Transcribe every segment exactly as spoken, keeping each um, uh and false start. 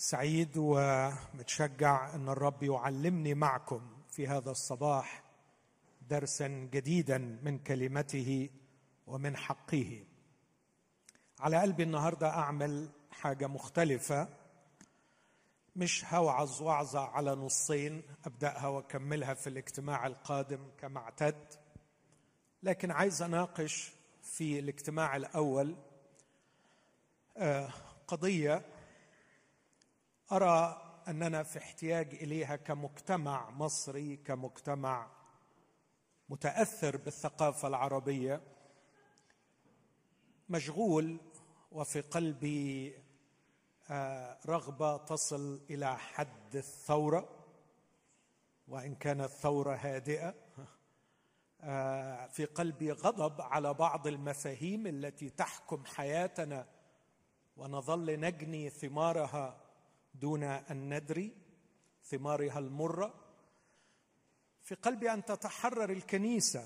سعيد ومتشجع أن الرب يعلمني معكم في هذا الصباح درسا جديدا من كلمته ومن حقه. على قلبي النهاردة أعمل حاجة مختلفة، مش هوعظ وعظة على نصين أبدأها وأكملها في الاجتماع القادم كما اعتد، لكن عايز أناقش في الاجتماع الأول قضية أرى أننا في احتياج إليها كمجتمع مصري، كمجتمع متأثر بالثقافة العربية، مشغول وفي قلبي رغبة تصل إلى حد الثورة، وإن كانت ثورة هادئة. في قلبي غضب على بعض المفاهيم التي تحكم حياتنا ونظل نجني ثمارها دون أن ندري، ثمارها المرة. في قلبي أن تتحرر الكنيسة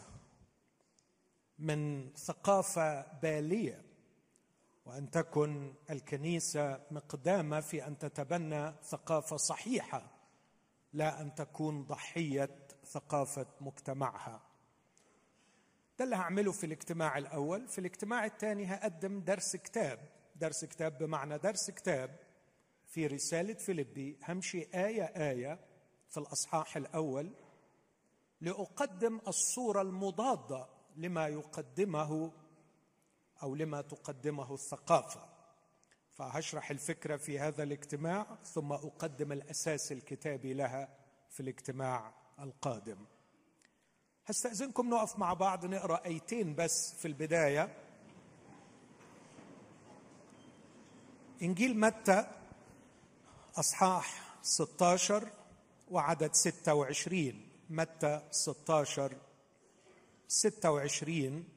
من ثقافة بالية، وأن تكن الكنيسة مقدامة في أن تتبنى ثقافة صحيحة، لا أن تكون ضحية ثقافة مجتمعها. ده اللي هعمله في الاجتماع الأول. في الاجتماع الثاني هقدم درس كتاب، درس كتاب بمعنى درس كتاب في رسالة فيليبي. همشي آية آية في الأصحاح الأول لأقدم الصورة المضادة لما يقدمه أو لما تقدمه الثقافة. فهشرح الفكرة في هذا الاجتماع ثم أقدم الأساس الكتابي لها في الاجتماع القادم. هستأذنكم نقف مع بعض نقرأ آيتين بس في البداية. إنجيل متى أصحاح ستة عشر وعدد ستة وعشرين. متى ستة عشر ستة وعشرين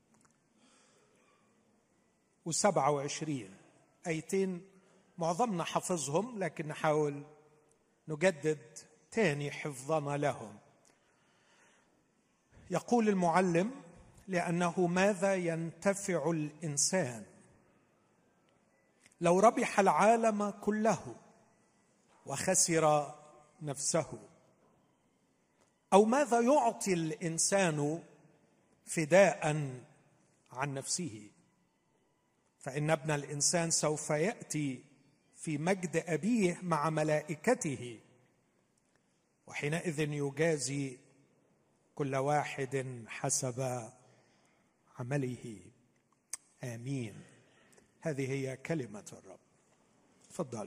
وسبعة وعشرين. آيتين معظمنا حفظهم، لكن نحاول نجدد تاني حفظنا لهم. يقول المعلم: لأنه ماذا ينتفع الإنسان لو ربح العالم كله وخسر نفسه؟ أو ماذا يعطي الإنسان فداء عن نفسه؟ فإن ابن الإنسان سوف يأتي في مجد أبيه مع ملائكته، وحينئذ يجازي كل واحد حسب عمله. آمين. هذه هي كلمة الرب. تفضل.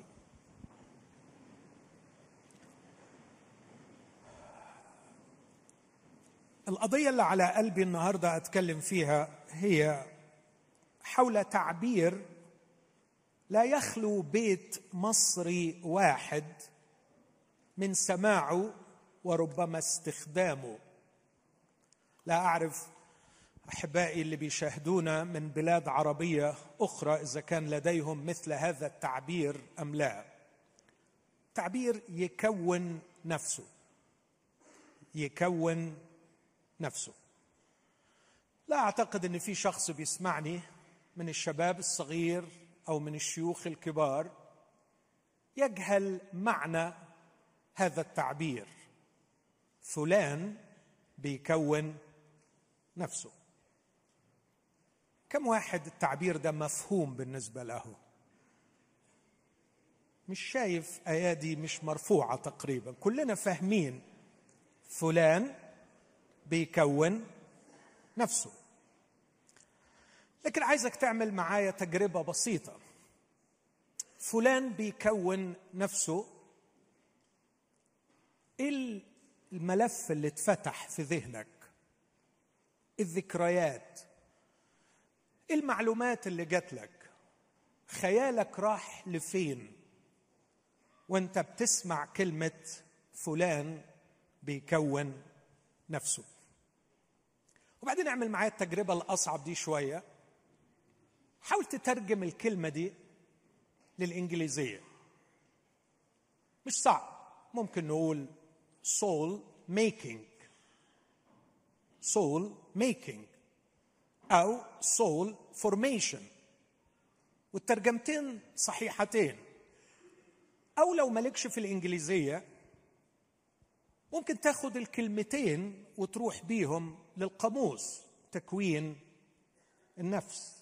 القضية اللي على قلبي النهاردة أتكلم فيها هي حول تعبير لا يخلو بيت مصري واحد من سماعه وربما استخدامه. لا أعرف أحبائي اللي بيشاهدونا من بلاد عربية أخرى إذا كان لديهم مثل هذا التعبير أم لا. تعبير يكون نفسه، يكون نفسه. لا أعتقد أن في شخص بيسمعني من الشباب الصغير أو من الشيوخ الكبار يجهل معنى هذا التعبير. فلان بيكون نفسه. كم واحد التعبير ده مفهوم بالنسبة له؟ مش شايف أيادي مش مرفوعة تقريبا. كلنا فاهمين فلان بيكون نفسه، لكن عايزك تعمل معايا تجربة بسيطة. فلان بيكون نفسه، ايه الملف اللي اتفتح في ذهنك؟ الذكريات، المعلومات اللي جات لك، خيالك راح لفين وانت بتسمع كلمة فلان بيكون نفسه؟ وبعدين اعمل معايا التجربة الأصعب دي شوية. حاول تترجم الكلمة دي للإنجليزية. مش صعب. ممكن نقول soul making، soul making أو soul formation، والترجمتين صحيحتين. أو لو مالكش في الإنجليزية ممكن تاخد الكلمتين وتروح بيهم للقاموس، تكوين النفس.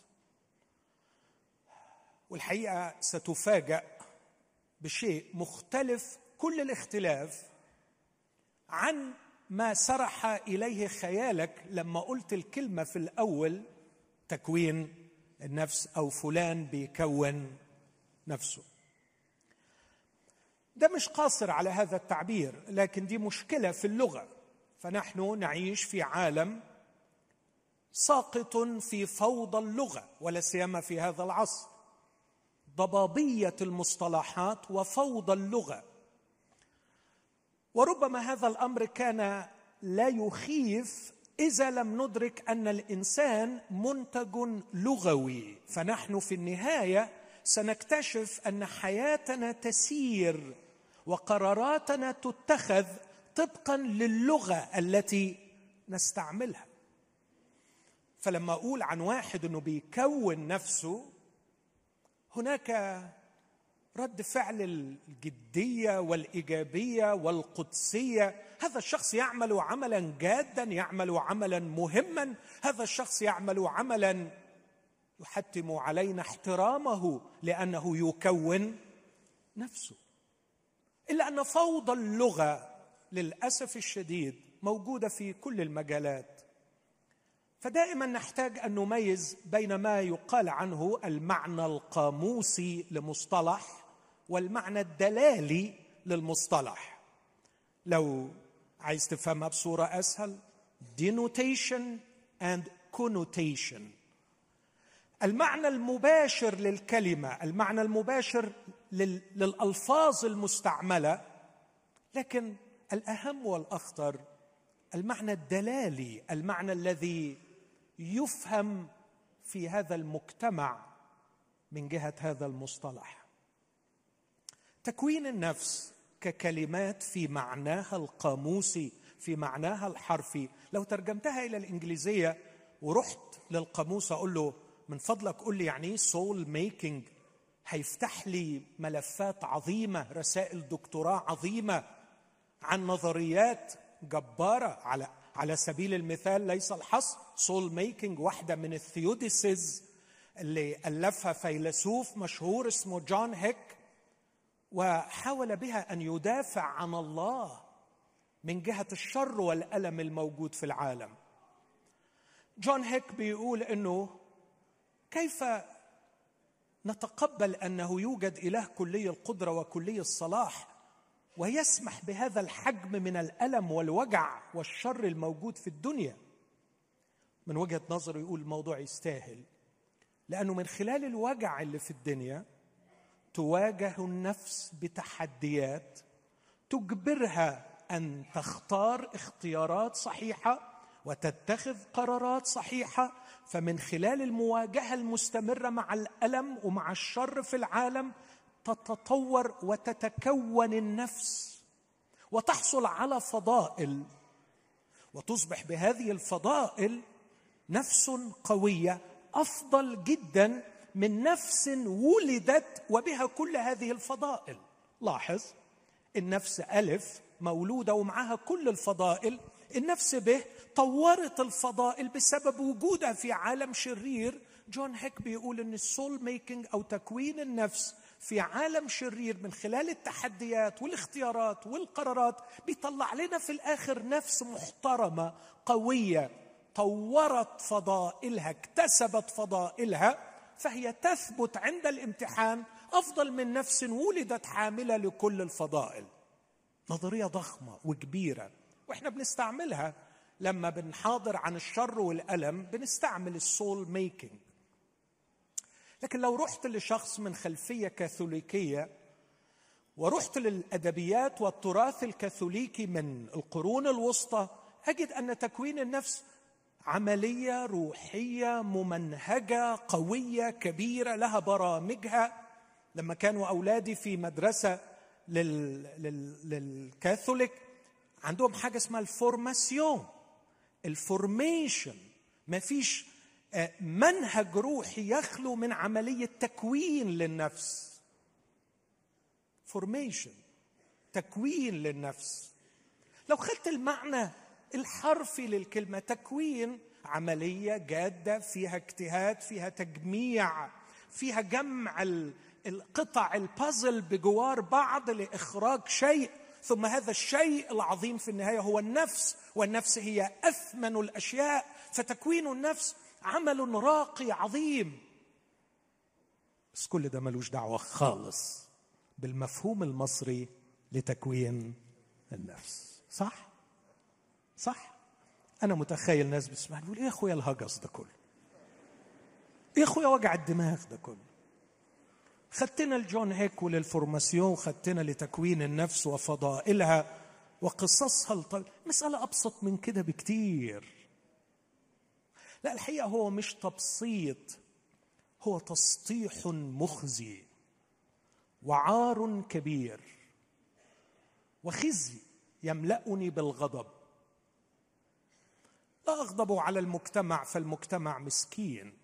والحقيقة ستفاجأ بشيء مختلف كل الاختلاف عن ما سرح إليه خيالك لما قلت الكلمة في الأول تكوين النفس أو فلان بيكون نفسه. ده مش قاصر على هذا التعبير، لكن دي مشكلة في اللغة. فنحن نعيش في عالم ساقط في فوضى اللغة، ولا سيما في هذا العصر، ضبابية المصطلحات وفوضى اللغة. وربما هذا الأمر كان لا يخيف إذا لم ندرك أن الإنسان منتج لغوي. فنحن في النهاية سنكتشف أن حياتنا تسير وقراراتنا تتخذ طبقا للغة التي نستعملها. فلما أقول عن واحد أنه بيكون نفسه، هناك رد فعل الجدية والإيجابية والقدسية. هذا الشخص يعمل عملا جادا، يعمل عملا مهما، هذا الشخص يعمل عملا يحتم علينا احترامه لأنه يكون نفسه. إلا أن فوضى اللغة للأسف الشديد موجودة في كل المجالات. فدائما نحتاج أن نميز بين ما يقال عنه المعنى القاموسي لمصطلح والمعنى الدلالي للمصطلح. لو عايز تفهمها بصورة أسهل، denotation and connotation. المعنى المباشر للكلمة، المعنى المباشر للألفاظ المستعملة، لكن الأهم والأخطر المعنى الدلالي، المعنى الذي يفهم في هذا المجتمع من جهة هذا المصطلح. تكوين النفس ككلمات في معناها القاموسي، في معناها الحرفي، لو ترجمتها إلى الإنجليزية ورحت للقاموس أقول له من فضلك قل لي يعني soul making، هيفتح لي ملفات عظيمة، رسائل دكتوراه عظيمة عن نظريات جبارة. على على سبيل المثال ليس الحصر، soul making واحدة من الثيوديسز اللي ألفها فيلسوف مشهور اسمه جون هيك، وحاول بها أن يدافع عن الله من جهة الشر والألم الموجود في العالم. جون هيك بيقول إنه كيف نتقبل أنه يوجد إله كلي القدرة وكلي الصلاح ويسمح بهذا الحجم من الألم والوجع والشر الموجود في الدنيا؟ من وجهة نظره يقول الموضوع يستاهل، لأنه من خلال الوجع اللي في الدنيا تواجه النفس بتحديات تجبرها أن تختار اختيارات صحيحة وتتخذ قرارات صحيحة. فمن خلال المواجهة المستمرة مع الألم ومع الشر في العالم تتطور وتتكون النفس وتحصل على فضائل، وتصبح بهذه الفضائل نفس قوية أفضل جدا من نفس ولدت وبها كل هذه الفضائل. لاحظ، النفس ألف مولودة ومعها كل الفضائل، النفس به طورت الفضائل بسبب وجودها في عالم شرير. جون هيك بيقول ان السول ميكينج او تكوين النفس في عالم شرير من خلال التحديات والاختيارات والقرارات بيطلع لنا في الآخر نفس محترمة قوية طورت فضائلها، اكتسبت فضائلها، فهي تثبت عند الامتحان أفضل من نفس ولدت حاملة لكل الفضائل. نظرية ضخمة وكبيرة، وإحنا بنستعملها لما بنحاضر عن الشر والألم، بنستعمل السول ميكينج. لكن لو رحت لشخص من خلفية كاثوليكية ورحت للأدبيات والتراث الكاثوليكي من القرون الوسطى، أجد أن تكوين النفس عملية روحية ممنهجة قوية كبيرة لها برامجها. لما كانوا أولادي في مدرسة لل... لل... للكاثوليك عندهم حاجة اسمها الفورماسيون، الفورميشن. ما فيش منهج روحي يخلو من عملية تكوين للنفس. فورميشن، تكوين للنفس. لو خدت المعنى الحرفي للكلمة تكوين، عملية جادة فيها اجتهاد، فيها تجميع، فيها جمع القطع البازل بجوار بعض لإخراج شيء، ثم هذا الشيء العظيم في النهاية هو النفس، والنفس هي أثمن الأشياء. فتكوين النفس عمل راقي عظيم. بس كل ده ملوش دعوة خالص بالمفهوم المصري لتكوين النفس. صح؟ صح؟ أنا متخيل ناس بتسمع بيقول إيه يا أخويا الهجس ده كله؟ إيه يا أخويا وجع الدماغ ده كله؟ خدتنا الجون هيك وللفورماسيون، خدتنا لتكوين النفس وفضائلها وقصصها الطويلة. مسألة أبسط من كده بكتير. لا، الحقيقة هو مش تبسيط، هو تسطيح مخزي وعار كبير وخزي يملأني بالغضب. لا أغضب على المجتمع فالمجتمع مسكين،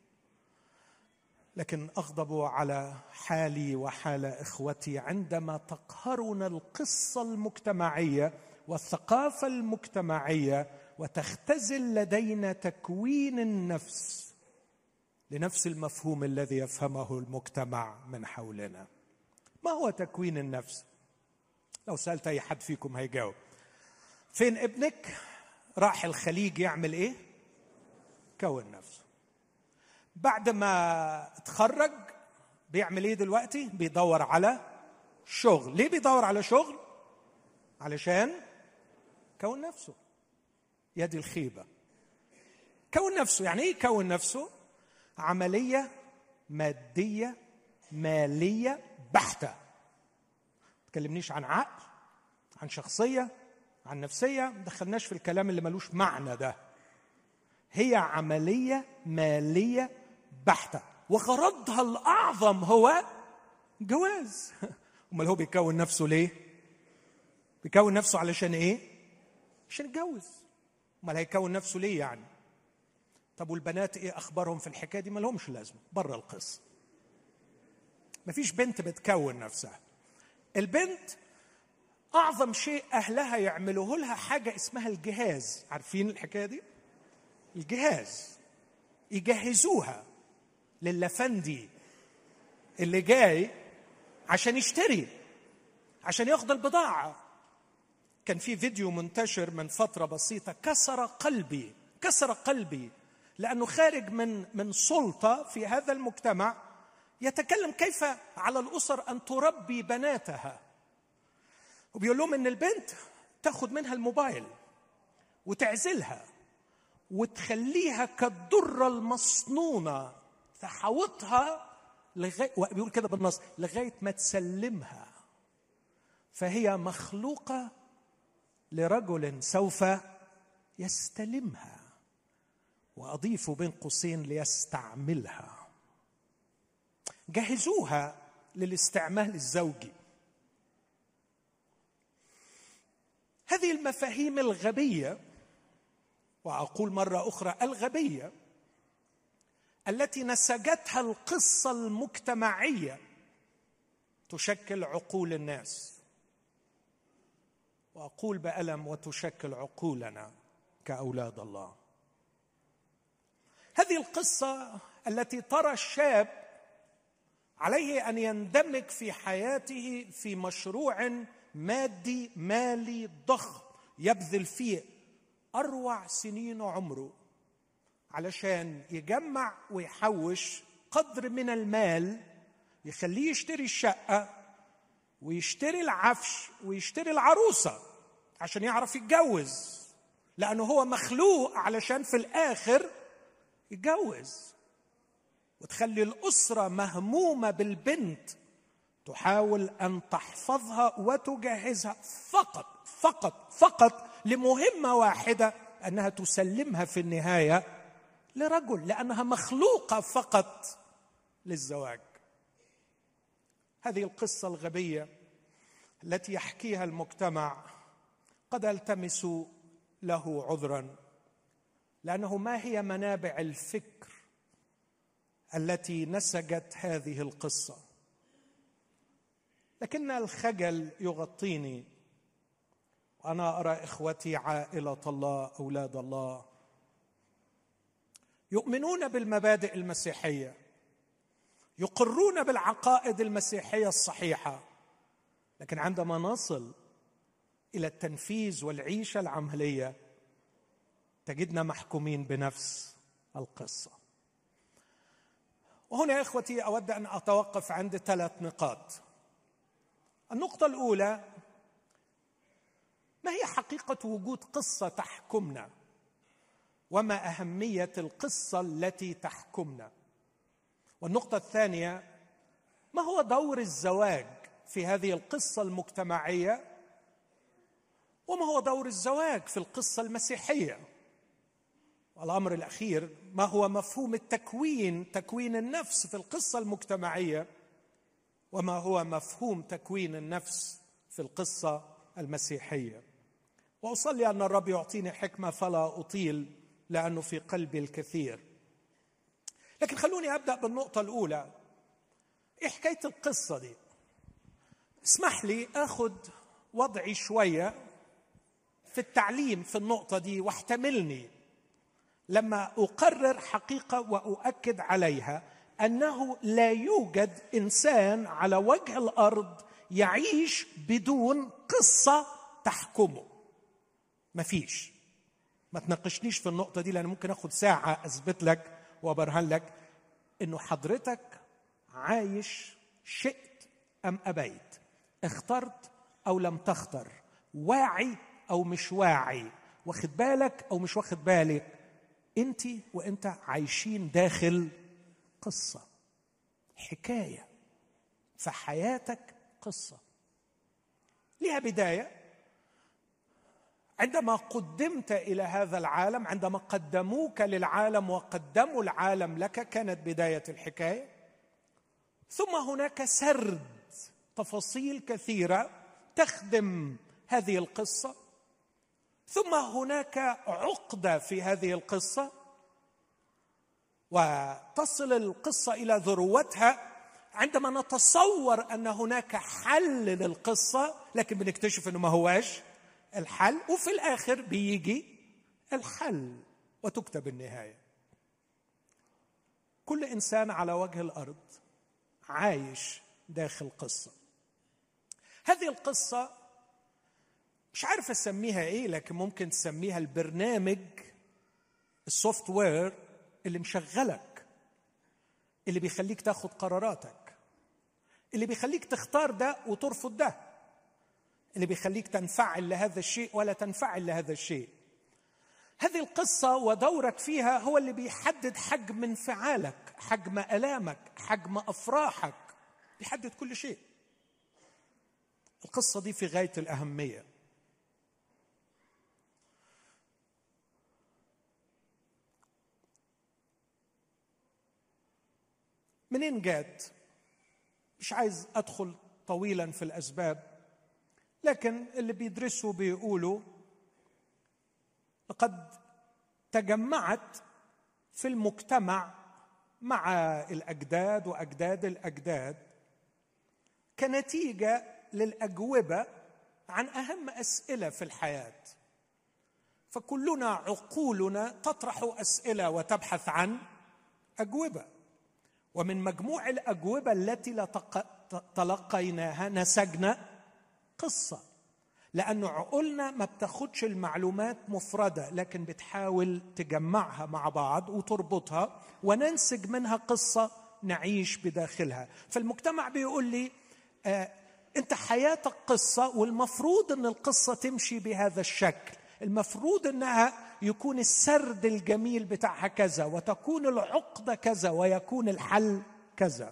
لكن أغضب على حالي وحال إخوتي عندما تقهرنا القصة المجتمعية والثقافة المجتمعية وتختزل لدينا تكوين النفس لنفس المفهوم الذي يفهمه المجتمع من حولنا. ما هو تكوين النفس؟ لو سألت أي حد فيكم هيجاوب. فين ابنك؟ راح الخليج يعمل إيه؟ كون نفسه. بعد ما اتخرج بيعمل إيه دلوقتي؟ بيدور على شغل. ليه بيدور على شغل؟ علشان كون نفسه. يدي الخيبة. كون نفسه يعني إيه كون نفسه؟ عملية مادية مالية بحتة. ما تكلمنيش عن عقل، عن شخصية، عن نفسية، ما دخلناش في الكلام اللي ملوش معنى ده. هي عملية مالية بحتة، وغرضها الأعظم هو جواز. أمال هو بيكون نفسه ليه؟ بيكون نفسه علشان إيه؟ عشان يتجوز. أمال هيكون نفسه ليه يعني؟ طب والبنات إيه أخبارهم في الحكاية دي؟ ما لهمش لازمة، بره القصة. مفيش بنت بتكون نفسها. البنت أعظم شيء أهلها يعملوه لها حاجة اسمها الجهاز. عارفين الحكاية دي؟ الجهاز. يجهزوها للفندي اللي جاي عشان يشتري، عشان ياخد البضاعة. كان في فيديو منتشر من فترة بسيطة كسر قلبي، كسر قلبي، لأنه خارج من من سلطة في هذا المجتمع يتكلم كيف على الأسر أن تربي بناتها، وبيقول لهم إن البنت تأخذ منها الموبايل وتعزلها وتخليها كالدرة المصنونة تحوطها لغاية، بيقول كده بالنص، لغاية ما تسلمها. فهي مخلوقة لرجل سوف يستلمها، وأضيف بين قوسين ليستعملها. جهزوها للاستعمال الزوجي. هذه المفاهيم الغبية، وأقول مرة أخرى الغبية، التي نسجتها القصة المجتمعية تشكل عقول الناس، وأقول بألم وتشكل عقولنا كأولاد الله. هذه القصة التي ترى الشاب عليه أن يندمج في حياته في مشروع مادي مالي ضخم يبذل فيه أروع سنين عمره علشان يجمع ويحوش قدر من المال يخليه يشتري الشقة ويشتري العفش ويشتري العروسة عشان يعرف يتجوز، لأنه هو مخلوق علشان في الآخر يتجوز. وتخلي الأسرة مهمومة بالبنت تحاول أن تحفظها وتجهزها فقط فقط فقط لمهمة واحدة، أنها تسلمها في النهاية لرجل، لأنها مخلوقة فقط للزواج. هذه القصة الغبية التي يحكيها المجتمع قد التمس له عذرا، لأنه ما هي منابع الفكر التي نسجت هذه القصة؟ لكن الخجل يغطيني، وأنا أرى إخوتي عائلة الله، أولاد الله، يؤمنون بالمبادئ المسيحية، يقرون بالعقائد المسيحية الصحيحة، لكن عندما نصل إلى التنفيذ والعيشة العملية تجدنا محكومين بنفس القصة. وهنا يا إخوتي أود أن أتوقف عند ثلاث نقاط. النقطة الأولى: ما هي حقيقة وجود قصة تحكمنا؟ وما أهمية القصة التي تحكمنا؟ والنقطة الثانية: ما هو دور الزواج في هذه القصة المجتمعية؟ وما هو دور الزواج في القصة المسيحية؟ والأمر الأخير: ما هو مفهوم التكوين، تكوين النفس في القصة المجتمعية؟ وما هو مفهوم تكوين النفس في القصة المسيحية؟ وأصلي أن الرب يعطيني حكمة فلا أطيل لأنه في قلبي الكثير. لكن خلوني أبدأ بالنقطة الأولى. إيه حكاية القصة دي؟ اسمح لي أخذ وضعي شوية في التعليم في النقطة دي، واحتملني لما أقرر حقيقة وأؤكد عليها أنه لا يوجد إنسان على وجه الأرض يعيش بدون قصة تحكمه. مفيش. ما تناقشنيش في النقطة دي، لأن ممكن أخذ ساعة أثبت لك وأبرهن لك إنه حضرتك عايش شئت أم أبيت، اخترت أو لم تختر، واعي أو مش واعي، واخد بالك أو مش واخد بالك، أنت وأنت عايشين داخل قصة، حكاية في حياتك، قصة لها بداية. عندما قدمت إلى هذا العالم، عندما قدموك للعالم وقدموا العالم لك، كانت بداية الحكاية. ثم هناك سرد تفاصيل كثيرة تخدم هذه القصة. ثم هناك عقدة في هذه القصة، وتصل القصة إلى ذروتها عندما نتصور أن هناك حل للقصة، لكن بنكتشف أنه ما هواش الحل، وفي الآخر بيجي الحل وتكتب النهاية. كل إنسان على وجه الأرض عايش داخل قصة. هذه القصة مش عارف أسميها إيه، لكن ممكن تسميها البرنامج، السوفت وير اللي مشغلك، اللي بيخليك تاخد قراراتك، اللي بيخليك تختار ده وترفض ده، اللي بيخليك تنفعل لهذا الشيء ولا تنفعل لهذا الشيء. هذه القصة ودورك فيها هو اللي بيحدد حجم انفعالك، حجم آلامك، حجم أفراحك، بيحدد كل شيء. القصة دي في غاية الأهمية. منين جات؟ مش عايز أدخل طويلا في الأسباب، لكن اللي بيدرسوا بيقولوا لقد تجمعت في المجتمع مع الأجداد وأجداد الأجداد كنتيجة للأجوبة عن أهم أسئلة في الحياة. فكلنا عقولنا تطرح أسئلة وتبحث عن أجوبة، ومن مجموع الأجوبة التي تلقيناها نسجنا قصة، لأن عقولنا ما بتاخدش المعلومات مفردة، لكن بتحاول تجمعها مع بعض وتربطها وننسج منها قصة نعيش بداخلها. فالمجتمع بيقول لي آه أنت حياتك قصة، والمفروض أن القصة تمشي بهذا الشكل، المفروض أنها يكون السرد الجميل بتاعها كذا، وتكون العقدة كذا، ويكون الحل كذا.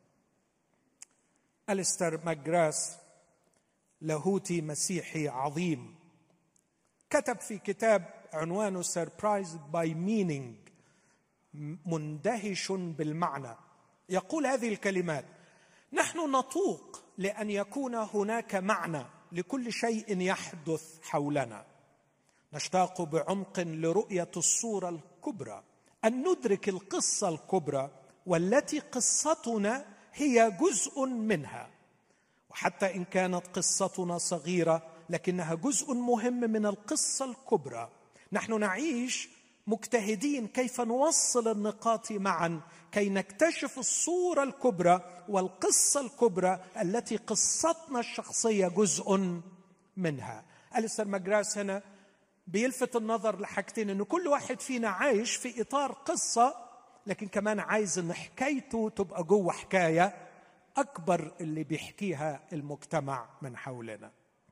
أليستر ماجراث لاهوتي مسيحي عظيم كتب في كتاب عنوانه Surprised by Meaning، مندهش بالمعنى. يقول هذه الكلمات: نحن نطوق لأن يكون هناك معنى لكل شيء يحدث حولنا، نشتاق بعمق لرؤية الصورة الكبرى، أن ندرك القصة الكبرى والتي قصتنا هي جزء منها، وحتى إن كانت قصتنا صغيرة لكنها جزء مهم من القصة الكبرى. نحن نعيش مجتهدين كيف نوصل النقاط معا كي نكتشف الصورة الكبرى والقصة الكبرى التي قصتنا الشخصية جزء منها. أليستر ماجراث هنا بيلفت النظر لحاجتين، إنه كل واحد فينا عايش في إطار قصة، لكن كمان عايز إن حكايته تبقى جوه حكاية أكبر اللي بيحكيها المجتمع من حولنا.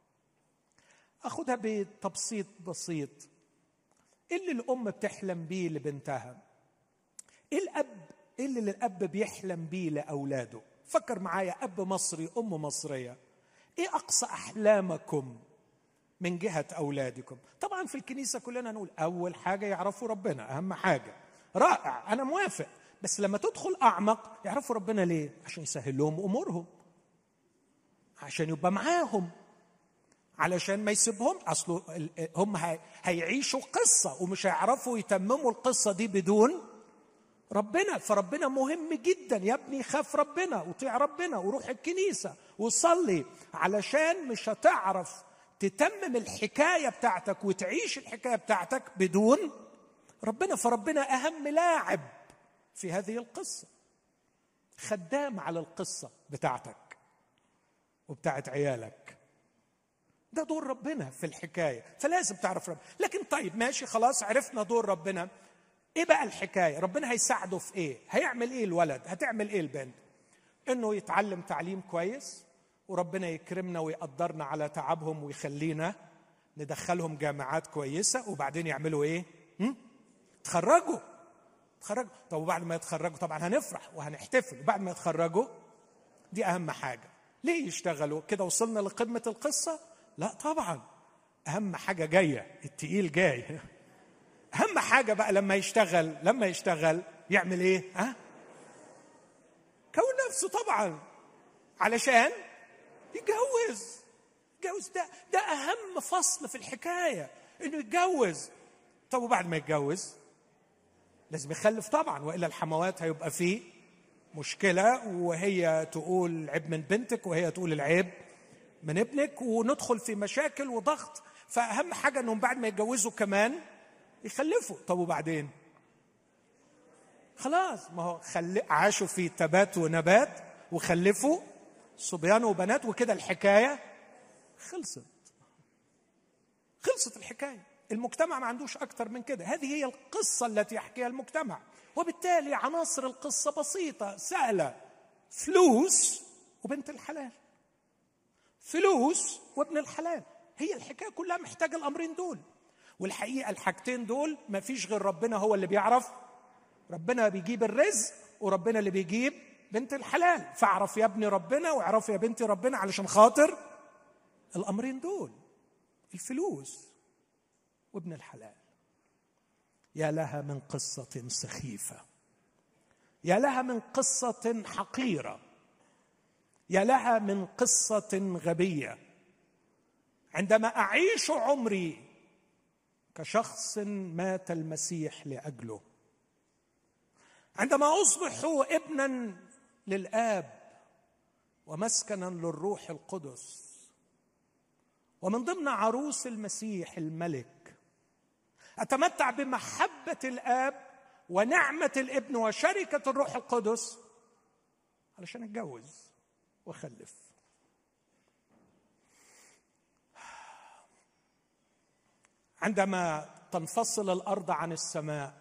أخذها بتبسيط بسيط. إيه اللي الأم بتحلم بيه لبنتها؟ إيه الأب إيه اللي الأب بيحلم بيه لأولاده؟ فكر معايا، أب مصري، أم مصرية، إيه أقصى أحلامكم من جهة أولادكم؟ طبعا في الكنيسة كلنا نقول أول حاجة يعرفوا ربنا، أهم حاجة، رائع، أنا موافق. بس لما تدخل أعمق، يعرفوا ربنا ليه؟ عشان يسهل لهم أمورهم، عشان يبقى معاهم، علشان ما يسيبهم. أصله هم هيعيشوا قصة ومش هيعرفوا يتمموا القصة دي بدون ربنا. فربنا مهم جدا. يا ابني خاف ربنا وطيع ربنا وروح الكنيسة وصلي، علشان مش هتعرف تتمم الحكاية بتاعتك وتعيش الحكاية بتاعتك بدون ربنا. فربنا أهم لاعب في هذه القصة، خدام على القصة بتاعتك وبتاعت عيالك. ده دور ربنا في الحكاية، فلازم تعرف ربنا. لكن طيب ماشي، خلاص عرفنا دور ربنا، ايه بقى الحكاية؟ ربنا هيساعده في ايه؟ هيعمل ايه الولد؟ هتعمل ايه البنت؟ انه يتعلم تعليم كويس، وربنا يكرمنا ويقدرنا على تعبهم ويخلينا ندخلهم جامعات كويسة، وبعدين يعملوا ايه؟ هم؟ تخرجوا تخرجوا طب وبعد ما يتخرجوا طبعا هنفرح وهنحتفل، وبعد ما يتخرجوا دي اهم حاجة. ليه يشتغلوا كده؟ وصلنا لقمة القصة؟ لا طبعا، اهم حاجة جاية، التقيل جاي. اهم حاجة بقى لما يشتغل لما يشتغل يعمل ايه؟ ها؟ كون نفسه طبعا، علشان يتجوز. يتجوز ده ده اهم فصل في الحكاية، انه يتجوز. طب وبعد ما يتجوز لازم يخلف طبعا، والا الحموات هيبقى فيه مشكلة، وهي تقول عيب من بنتك وهي تقول العيب من ابنك، وندخل في مشاكل وضغط. فأهم حاجة أنهم بعد ما يتجوزوا كمان يخلفوا. طب وبعدين؟ خلاص، ما هو خل... عاشوا في تبات ونبات وخلفوا صبيان وبنات، وكده الحكاية خلصت خلصت الحكاية. المجتمع ما عندوش أكتر من كده. هذه هي القصة التي يحكيها المجتمع، وبالتالي عناصر القصة بسيطة سهلة: فلوس وبنت الحلال، فلوس وابن الحلال. هي الحكاية كلها محتاجة الأمرين دول. والحقيقة الحاجتين دول ما فيش غير ربنا هو اللي بيعرف. ربنا بيجيب الرزق، وربنا اللي بيجيب بنت الحلال. فاعرف يا ابني ربنا واعرف يا بنتي ربنا، علشان خاطر الأمرين دول، الفلوس وابن الحلال. يا لها من قصة سخيفة، يا لها من قصة حقيرة، يا لها من قصة غبية. عندما أعيش عمري كشخص مات المسيح لأجله، عندما أصبح ابنا للآب ومسكنا للروح القدس، ومن ضمن عروس المسيح الملك، أتمتع بمحبة الآب ونعمة الابن وشركة الروح القدس علشان أتجوز وأخلف. عندما تنفصل الأرض عن السماء،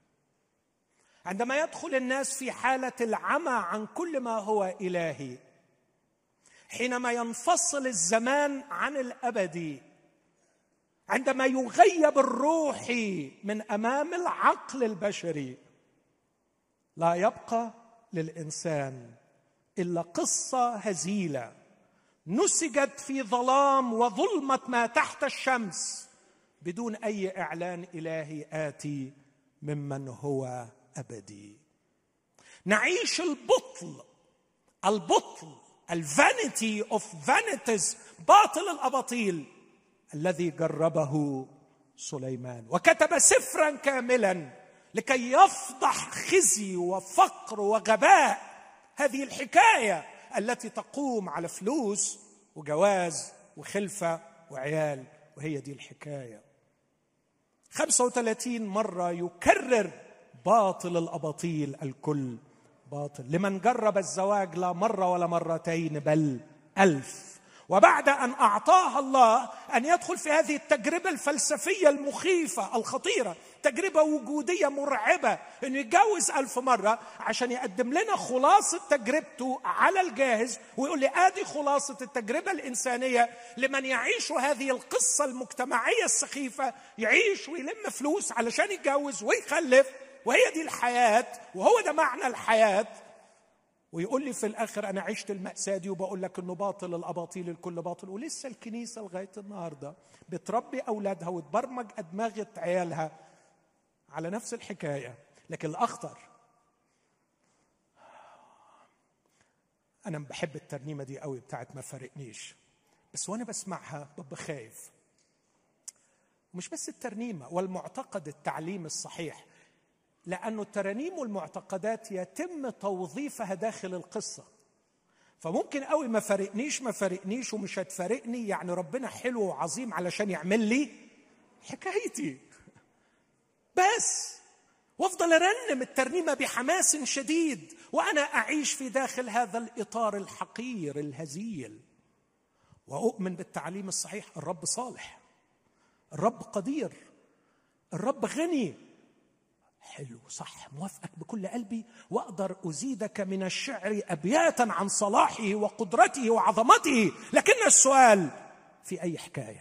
عندما يدخل الناس في حالة العمى عن كل ما هو إلهي، حينما ينفصل الزمان عن الأبدي، عندما يغيب الروح من أمام العقل البشري، لا يبقى للإنسان إلا قصة هزيلة نسجت في ظلام وظلمة ما تحت الشمس، بدون أي إعلان إلهي آتي ممن هو أبدي. نعيش البطل البطل الفانيتي اوف فانيتيز، باطل الأباطيل الذي جربه سليمان، وكتب سفرا كاملا لكي يفضح خزي وفقر وغباء هذه الحكاية التي تقوم على فلوس وجواز وخلفة وعيال. وهي دي الحكاية. خمسة وثلاثين مرة يكرر باطل الأباطيل الكل باطل. لمن جرب الزواج لا مرة ولا مرتين بل ألف. وبعد أن أعطاها الله أن يدخل في هذه التجربة الفلسفية المخيفة الخطيرة، تجربة وجودية مرعبة، أنه يتجوز ألف مرة عشان يقدم لنا خلاصة تجربته على الجاهز، ويقول لي آدي خلاصة التجربة الإنسانية لمن يعيش هذه القصة المجتمعية السخيفة، يعيش ويلم فلوس علشان يتجوز ويخلف، وهي دي الحياة وهو ده معنى الحياة. ويقول لي في الآخر أنا عشت المأساة دي وبقول لك أنه باطل الأباطيل الكل باطل. ولسه الكنيسة لغاية النهاردة بتربي أولادها وتبرمج أدماغة عيالها على نفس الحكاية. لكن الأخطر، أنا بحب الترنيمة دي قوي بتاعت ما فارقنيش، بس وأنا بسمعها ببقى خايف. ومش بس الترنيمة والمعتقد التعليم الصحيح، لأنه الترانيم والمعتقدات يتم توظيفها داخل القصة. فممكن قوي ما فارقنيش ما فارقنيش ومش هتفارقني، يعني ربنا حلو وعظيم علشان يعمل لي حكايتي بس، وافضل ارنم الترنيمة بحماس شديد وأنا أعيش في داخل هذا الإطار الحقير الهزيل. وأؤمن بالتعليم الصحيح. الرب صالح، الرب قدير، الرب غني. حلو، صح، موافقك بكل قلبي، وأقدر أزيدك من الشعر أبياتا عن صلاحه وقدرته وعظمته. لكن السؤال في أي حكاية؟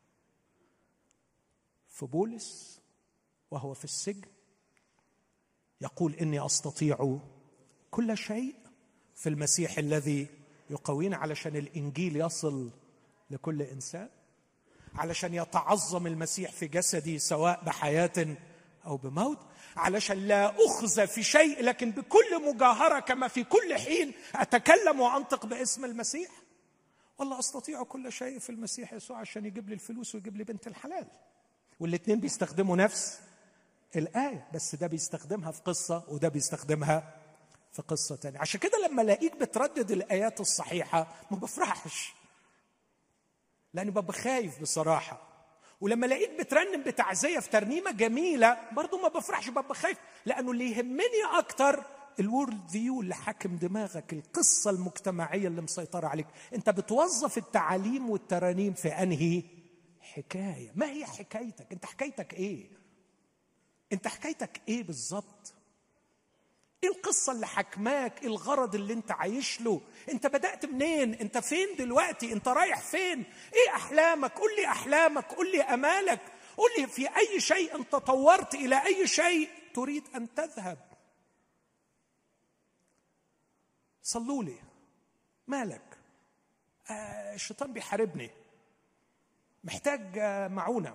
في بولس وهو في السجن يقول إني أستطيع كل شيء في المسيح الذي يقوينا، علشان الإنجيل يصل لكل إنسان، علشان يتعظم المسيح في جسدي سواء بحياة أو بموت، علشان لا أخزى في شيء لكن بكل مجاهرة كما في كل حين أتكلم وأنطق باسم المسيح. والله أستطيع كل شيء في المسيح يسوع عشان يجيب لي الفلوس ويجيب لي بنت الحلال. والاثنين بيستخدموا نفس الآية، بس ده بيستخدمها في قصة وده بيستخدمها في قصة تانية. عشان كده لما لاقيك بتردد الآيات الصحيحة ما بفرحش، لأني ببقى خايف بصراحة. ولما لاقيك بترنم بتعزية في ترنيمة جميلة برضو ما بفرحش، ببقى خايف، لأنه اللي يهمني أكتر الورد فيو اللي حاكم دماغك، القصة المجتمعية اللي مسيطرة عليك. أنت بتوظف التعاليم والترانيم في أنهي حكاية؟ ما هي حكايتك؟ أنت حكايتك إيه؟ أنت حكايتك إيه بالظبط؟ إيه القصة اللي حكماك؟ إيه الغرض اللي أنت عايش له؟ أنت بدأت منين؟ أنت فين دلوقتي؟ أنت رايح فين؟ إيه أحلامك؟ قل لي أحلامك، قل لي أمالك، قل لي في أي شيء أنت تطورت، إلى أي شيء تريد أن تذهب. صلوا لي، مالك؟ آه الشيطان بيحاربني، محتاج آه معونة،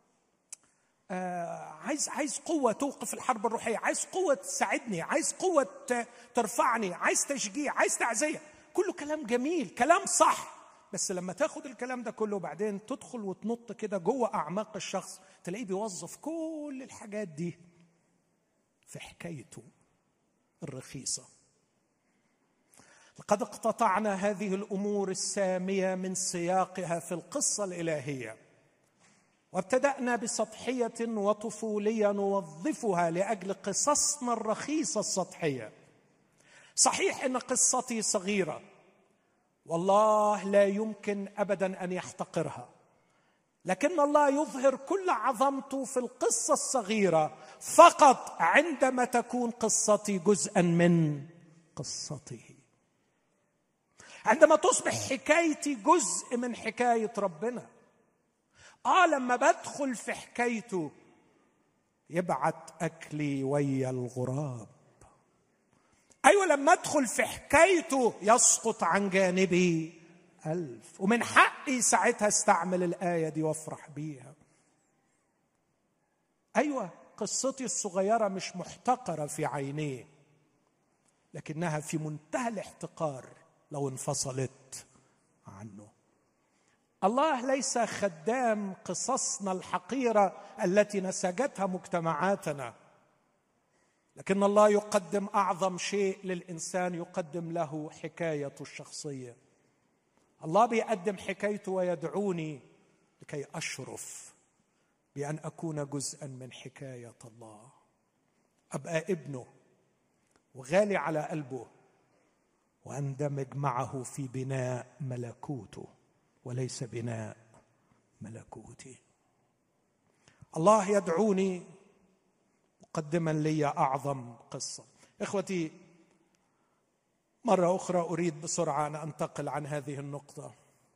آه عايز عايز قوة توقف الحرب الروحية، عايز قوة تساعدني، عايز قوة ترفعني، عايز تشجيع، عايز تعزية. كله كلام جميل، كلام صح، بس لما تاخد الكلام ده كله وبعدين تدخل وتنط كده جوه أعماق الشخص تلاقيه بيوظف كل الحاجات دي في حكايته الرخيصة. لقد اقتطعنا هذه الأمور السامية من سياقها في القصة الإلهية، وابتدأنا بسطحية وطفولية نوظفها لأجل قصصنا الرخيصة السطحية. صحيح إن قصتي صغيرة، والله لا يمكن أبدا أن يحتقرها، لكن الله يظهر كل عظمته في القصة الصغيرة فقط عندما تكون قصتي جزءا من قصته، عندما تصبح حكايتي جزء من حكاية ربنا. آه لما بدخل في حكايته يبعت أكلي ويا الغراب. أيوة لما أدخل في حكايته يسقط عن جانبي ألف، ومن حقي ساعتها استعمل الآية دي وافرح بيها. أيوة قصتي الصغيرة مش محتقرة في عينيه، لكنها في منتهى الاحتقار لو انفصلت عنه. الله ليس خدام قصصنا الحقيرة التي نسجتها مجتمعاتنا. لكن الله يقدم أعظم شيء للإنسان، يقدم له حكايته الشخصية. الله بيقدم حكايته ويدعوني لكي أشرف بأن أكون جزءا من حكاية الله، أبقى ابنه وغالي على قلبه، وأندمج معه في بناء ملكوته وليس بناء ملكوتي. الله يدعوني مقدما لي أعظم قصة. إخوتي، مرة أخرى أريد بسرعة أن أنتقل عن هذه النقطة.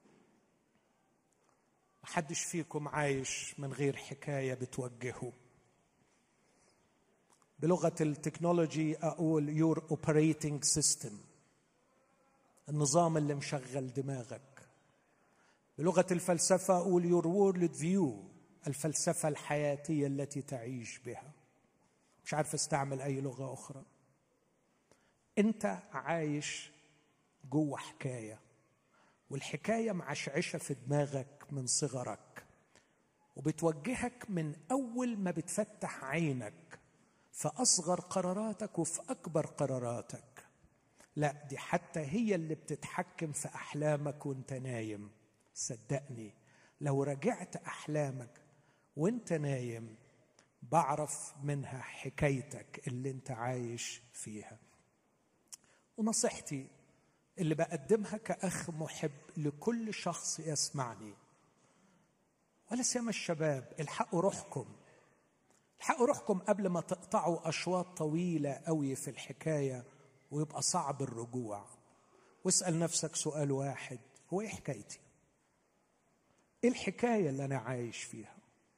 محدش فيكم عايش من غير حكاية بتوجهه. بلغة التكنولوجي أقول your operating system، النظام اللي مشغل دماغك. بلغة الفلسفة أقول your world view، الفلسفة الحياتية التي تعيش بها. مش عارف استعمل أي لغة أخرى. أنت عايش جوه حكاية، والحكاية معشعشة في دماغك من صغرك، وبتوجهك من أول ما بتفتح عينك في أصغر قراراتك وفي أكبر قراراتك. لا، دي حتى هي اللي بتتحكم في أحلامك وانت نايم. صدقني لو رجعت أحلامك وانت نايم بعرف منها حكايتك اللي انت عايش فيها. ونصيحتي اللي بقدمها كأخ محب لكل شخص يسمعني، ولا سيما الشباب، الحقوا روحكم، الحقوا روحكم قبل ما تقطعوا أشواط طويلة قوي في الحكاية ويبقى صعب الرجوع. واسأل نفسك سؤال واحد: هو ايه حكايتي؟ ايه الحكاية اللي أنا عايش فيها؟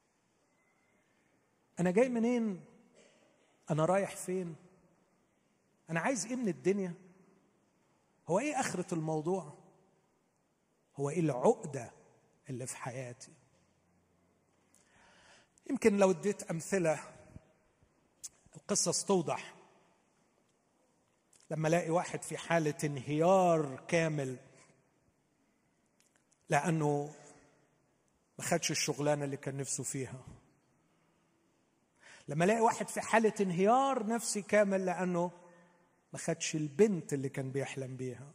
أنا جاي منين؟ أنا رايح فين؟ أنا عايز إيه من الدنيا؟ هو إيه آخرة الموضوع؟ هو إيه العقدة اللي في حياتي؟ يمكن لو اديت أمثلة القصة توضح. لما الاقي واحد في حالة انهيار كامل لأنه ما خدش الشغلانة اللي كان نفسه فيها، لما الاقي واحد في حالة انهيار نفسي كامل لأنه ما خدش البنت اللي كان بيحلم بيها.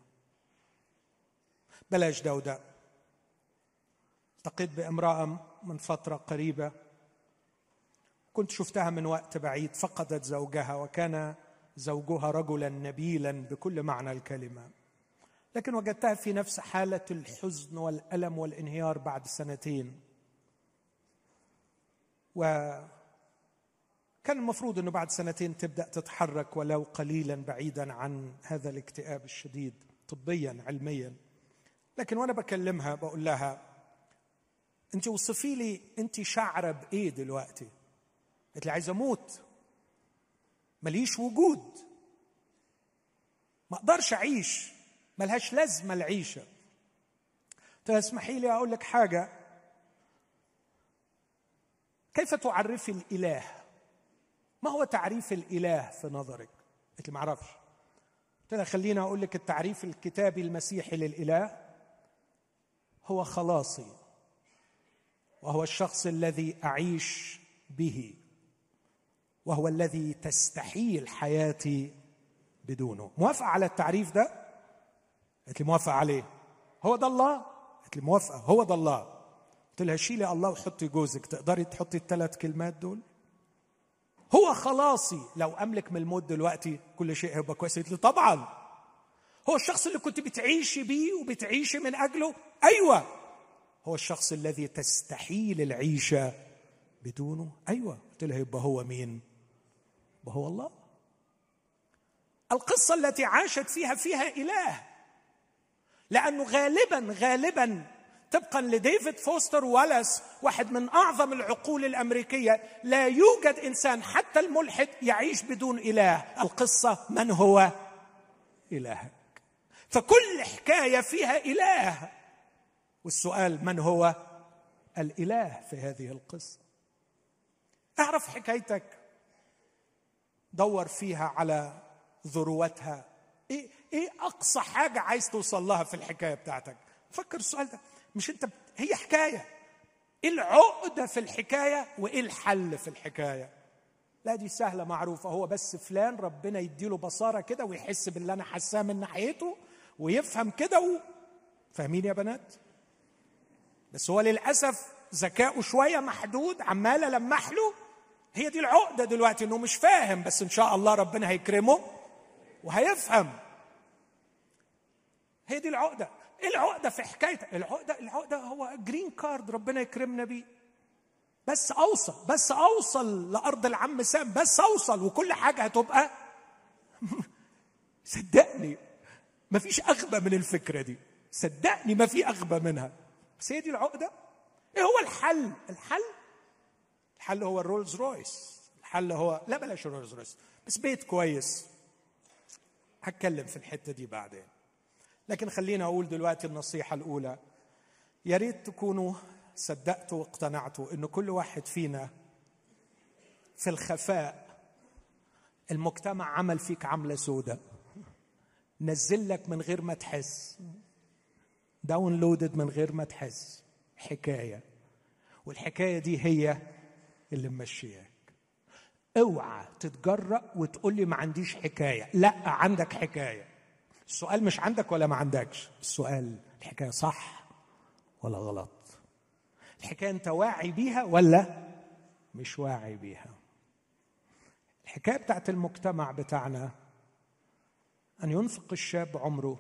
بلاش ده وده. التقيت بامرأة من فترة قريبة، كنت شفتها من وقت بعيد، فقدت زوجها، وكان زوجها رجلا نبيلا بكل معنى الكلمة، لكن وجدتها في نفس حالة الحزن والألم والانهيار بعد سنتين. وكان المفروض أنه بعد سنتين تبدأ تتحرك ولو قليلا بعيدا عن هذا الاكتئاب الشديد طبيا علميا. لكن وأنا بكلمها بقول لها: أنت وصفي لي أنت شعرة بإيه دلوقتي؟ قالت لي: عايزة أموت، مليش وجود، ما أقدرش أعيش، ملهاش لازمة العيشة. قلت لها: اسمحي لي أقول لك حاجة، كيف تعرفي الإله؟ ما هو تعريف الإله في نظرك؟ قالت لي: ما أعرفش. قلت لها: خلينا أقول لك التعريف الكتابي المسيحي للإله: هو خلاصي، وهو الشخص الذي أعيش به، وهو الذي تستحيل حياتي بدونه. موافقة على التعريف ده؟ قالت لي: موافقة عليه. هو ده الله؟ قالت لي: موافقة، هو ده الله. قلت لها: شيلي الله وحطي جوزك، تقدري تحطي الثلاث كلمات دول؟ هو خلاصي، لو أملك من الموت دلوقتي كل شيء هيبقى كويس. قالت لي: طبعا. هو الشخص اللي كنت بتعيشي بيه وبتعيشي من أجله؟ أيوة. هو الشخص الذي تستحيل العيشة بدونه؟ أيوة. قلت لها: يبقى هو مين؟ وهو الله. القصة التي عاشت فيها فيها إله، لأنه غالبا غالبا طبقا لديفيد فوستر والاس، واحد من أعظم العقول الأمريكية، لا يوجد إنسان حتى الملحد يعيش بدون إله. القصة: من هو إلهك؟ فكل حكاية فيها إله، والسؤال: من هو الإله في هذه القصة؟ اعرف حكايتك، دور فيها على ذروتها. ايه ايه اقصى حاجه عايز توصل لها في الحكايه بتاعتك؟ فكر السؤال ده. مش انت بت... هي حكايه، ايه العقده في الحكايه وايه الحل في الحكايه؟ لا دي سهلة معروفة، هو بس فلان ربنا يديله بصارة كده ويحس باللي أنا حساه من ناحيته ويفهم كده و... فاهمين يا بنات؟ بس هو للأسف ذكاؤه شوية محدود، عمال ألمح له. هي دي العقدة دلوقتي، إنه مش فاهم، بس إن شاء الله ربنا هيكرمه وهيفهم. هي دي العقدة. إيه العقدة في حكاية العقدة؟ العقدة هو جرين كارد ربنا يكرمنا بيه. بس أوصل بس أوصل لأرض العم سام، بس أوصل وكل حاجة هتبقى صدقني ما فيش أغبى من الفكرة دي، صدقني ما في أغبى منها. بس هي دي العقدة. إيه هو الحل؟ الحل الحل هو الرولز رويس. الحل هو لا بلاش الرولز رويس، بس بيت كويس. هتكلم في الحتة دي بعدين، لكن خلينا أقول دلوقتي النصيحة الأولى. يا ريت تكونوا صدقتوا واقتنعتوا إن كل واحد فينا في الخفاء المجتمع عمل فيك عملة سودة، نزل لك من غير ما تحس، داونلودد من غير ما تحس حكاية، والحكاية دي هي اللي ممشياك. اوعى تتجرأ وتقول لي ما عنديش حكاية. لا، عندك حكاية. السؤال مش عندك ولا ما عندكش، السؤال الحكاية صح ولا غلط؟ الحكاية انت واعي بيها ولا مش واعي بيها؟ الحكاية بتاعت المجتمع بتاعنا أن ينفق الشاب عمره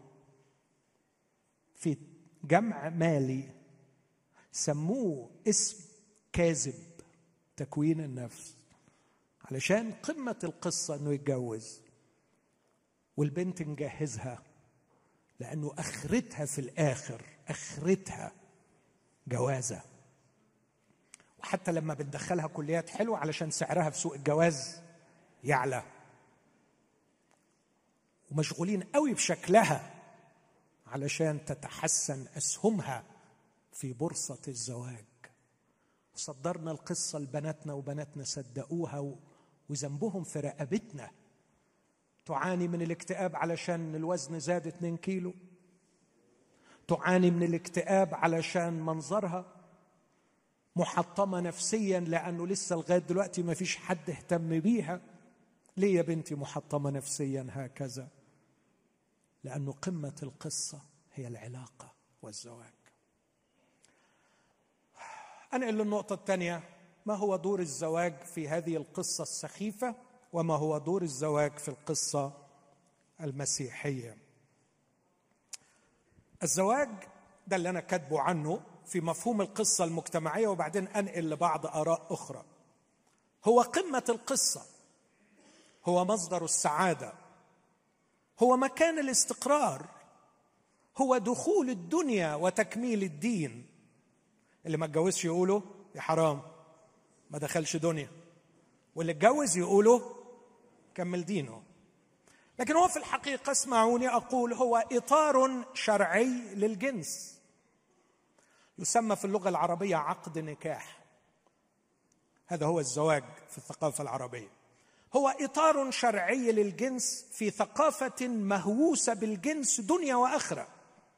في جمع مالي سموه اسم كاذب، تكوين النفس، علشان قمة القصة أنه يتجوز والبنت نجهزها، لأنه أخرتها في الآخر أخرتها جوازة. وحتى لما بندخلها كليات حلوة علشان سعرها في سوق الجواز يعلى، ومشغولين قوي بشكلها علشان تتحسن أسهمها في بورصة الزواج. وصدرنا القصة لبناتنا وبناتنا صدقوها، وذنبهم في رقبتنا. تعاني من الاكتئاب علشان الوزن زاد اتنين كيلو، تعاني من الاكتئاب علشان منظرها، محطمة نفسيا لأنه لسه لغاية دلوقتي ما فيش حد اهتم بيها. ليه يا بنتي محطمة نفسيا هكذا؟ لأنه قمة القصة هي العلاقة والزواج. أنقل للنقطة الثانية. ما هو دور الزواج في هذه القصة السخيفة، وما هو دور الزواج في القصة المسيحية؟ الزواج ده اللي أنا كاتبه عنه في مفهوم القصة المجتمعية، وبعدين أنقل لبعض آراء أخرى. هو قمة القصة، هو مصدر السعادة، هو مكان الاستقرار، هو دخول الدنيا وتكميل الدين. اللي ما اتجوزش يقولوا يا حرام ما دخلش دنيا، واللي اتجوز يقولوا كمل دينه. لكن هو في الحقيقة، اسمعوني أقول، هو إطار شرعي للجنس، يسمى في اللغة العربية عقد نكاح. هذا هو الزواج في الثقافة العربية. هو إطار شرعي للجنس في ثقافة مهووسة بالجنس دنيا وآخرة،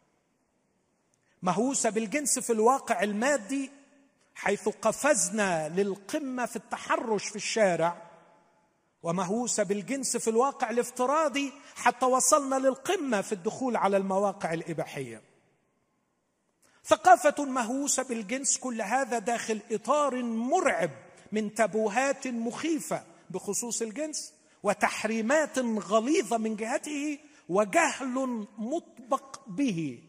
مهووسة بالجنس في الواقع المادي، حيث قفزنا للقمة في التحرش في الشارع، ومهووسة بالجنس في الواقع الافتراضي حتى وصلنا للقمة في الدخول على المواقع الإباحية. ثقافة مهووسة بالجنس، كل هذا داخل إطار مرعب من تابوهات مخيفة بخصوص الجنس، وتحريمات غليظة من جهته، وجهل مطبق به.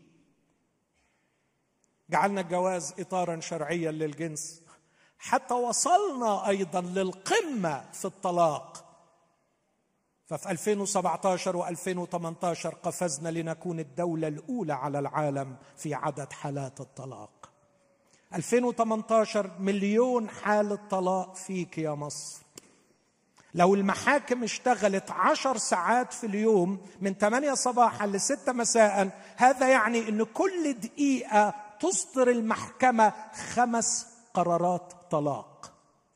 جعلنا الجواز إطارا شرعيا للجنس، حتى وصلنا أيضا للقمة في الطلاق. ففي ألفين وسبعة عشر وألفين وثمانية عشر قفزنا لنكون الدولة الأولى على العالم في عدد حالات الطلاق. ألفين وثمانية عشر مليون حالة طلاق فيك يا مصر. لو المحاكم اشتغلت عشر ساعات في اليوم من ثمانية صباحا لستة مساء، هذا يعني أن كل دقيقة تصدر المحكمة خمس قرارات طلاق.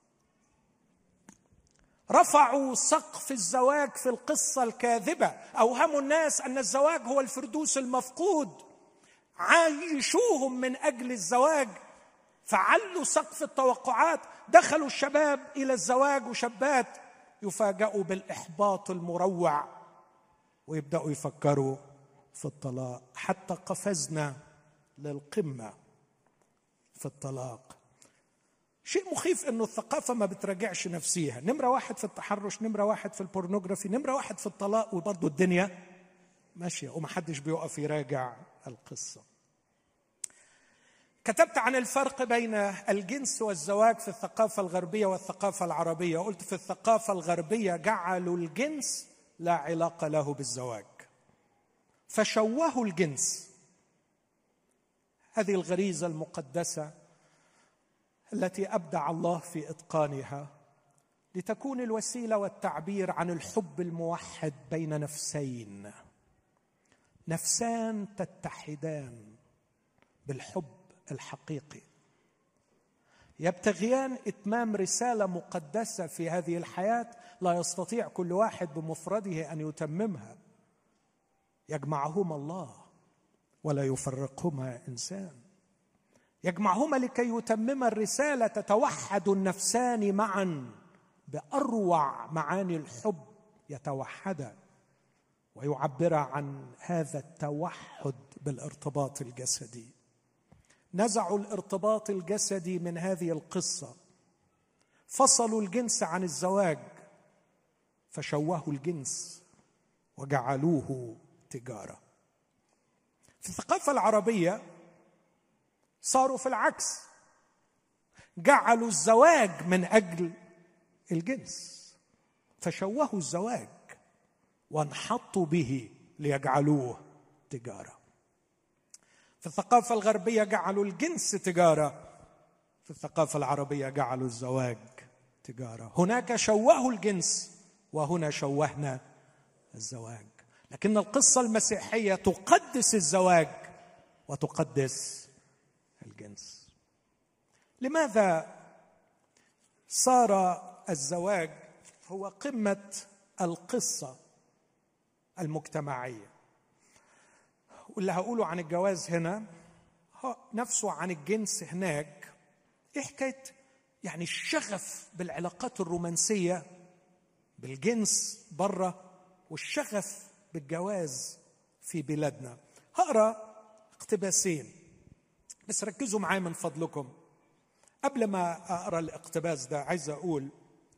رفعوا سقف الزواج في القصة الكاذبة، أوهموا الناس أن الزواج هو الفردوس المفقود، عايشوهم من أجل الزواج، فعلوا سقف التوقعات. دخلوا الشباب إلى الزواج وشابات يفاجئوا بالإحباط المروع ويبدأوا يفكروا في الطلاق. حتى قفزنا للقمة في الطلاق. شيء مخيف انه الثقافة ما بتراجعش نفسيها. نمرة واحد في التحرش، نمرة واحد في البورنوغرافي، نمرة واحد في الطلاق، وبرضه الدنيا ماشية ومحدش بيقف يراجع القصة. كتبت عن الفرق بين الجنس والزواج في الثقافة الغربية والثقافة العربية. قلت في الثقافة الغربية جعلوا الجنس لا علاقة له بالزواج، فشوهوا الجنس، هذه الغريزة المقدسة التي أبدع الله في إتقانها لتكون الوسيلة والتعبير عن الحب الموحد بين نفسين، نفسان تتحدان بالحب الحقيقي، يبتغيان إتمام رسالة مقدسة في هذه الحياة لا يستطيع كل واحد بمفرده أن يتممها. يجمعهما الله ولا يفرقهما إنسان، يجمعهما لكي يتمم الرسالة، تتوحد النفسان معا بأروع معاني الحب، يتوحدا ويعبر عن هذا التوحد بالارتباط الجسدي. نزعوا الارتباط الجسدي من هذه القصة، فصلوا الجنس عن الزواج، فشوهوا الجنس وجعلوه تجارة. في الثقافة العربية صاروا في العكس، جعلوا الزواج من أجل الجنس، فشوهوا الزواج وانحطوا به ليجعلوه تجارة. في الثقافة الغربية جعلوا الجنس تجارة، في الثقافة العربية جعلوا الزواج تجارة. هناك شوهوا الجنس وهنا شوهنا الزواج. لكن القصة المسيحية تقدس الزواج وتقدس الجنس. لماذا صار الزواج هو قمة القصة المجتمعية؟ واللي هقوله عن الجواز هنا نفسه عن الجنس هناك. ايه حكاية يعني الشغف بالعلاقات الرومانسية بالجنس بره والشغف بالجواز في بلادنا؟ هقرأ اقتباسين بس ركزوا معايا من فضلكم. قبل ما أقرأ الاقتباس ده عايز أقول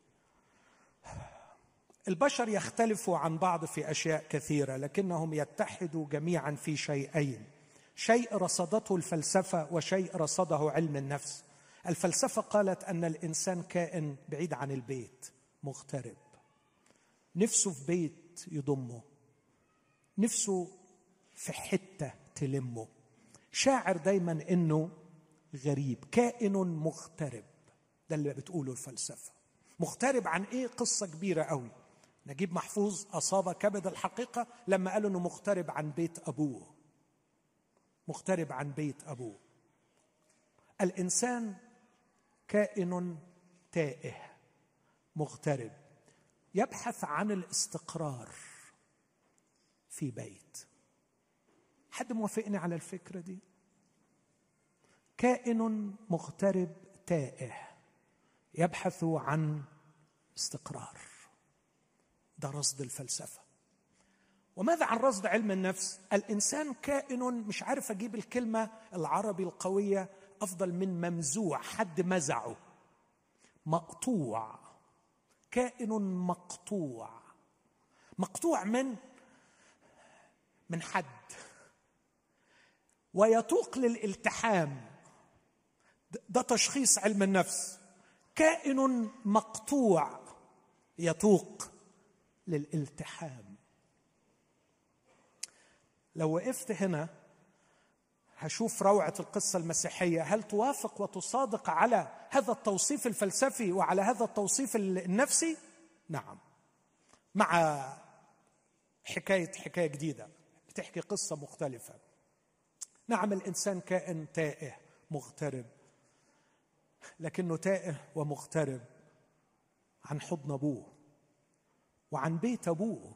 البشر يختلفوا عن بعض في أشياء كثيرة، لكنهم يتحدوا جميعا في شيئين: شيء رصدته الفلسفة وشيء رصده علم النفس. الفلسفة قالت أن الإنسان كائن بعيد عن البيت، مغترب، نفسه في بيت يضمه، نفسه في حتة تلمه، شاعر دايما إنه غريب، كائن مغترب. ده اللي بتقوله الفلسفة. مغترب عن إيه؟ قصة كبيرة قوي. نجيب محفوظ أصاب كبد الحقيقة لما قالوا إنه مغترب عن بيت أبوه، مغترب عن بيت أبوه. الإنسان كائن تائه مغترب، يبحث عن الاستقرار في بيت. حد موافقني على الفكرة دي؟ كائن مغترب تائه يبحث عن استقرار. ده رصد الفلسفة. وماذا عن رصد علم النفس؟ الإنسان كائن، مش عارف أجيب الكلمة العربي القوية أفضل من ممزوع، حد مزعه، مقطوع، كائن مقطوع، مقطوع من من حد، ويتوق للالتحام. ده تشخيص علم النفس. كائن مقطوع يتوق للالتحام. لو وقفت هنا هشوف روعة القصة المسيحية. هل توافق وتصادق على هذا التوصيف الفلسفي وعلى هذا التوصيف النفسي؟ نعم، مع حكاية حكاية جديدة بتحكي قصة مختلفة. نعم، الإنسان كائن تائه مغترب، لكنه تائه ومغترب عن حضن أبوه وعن بيت أبوه.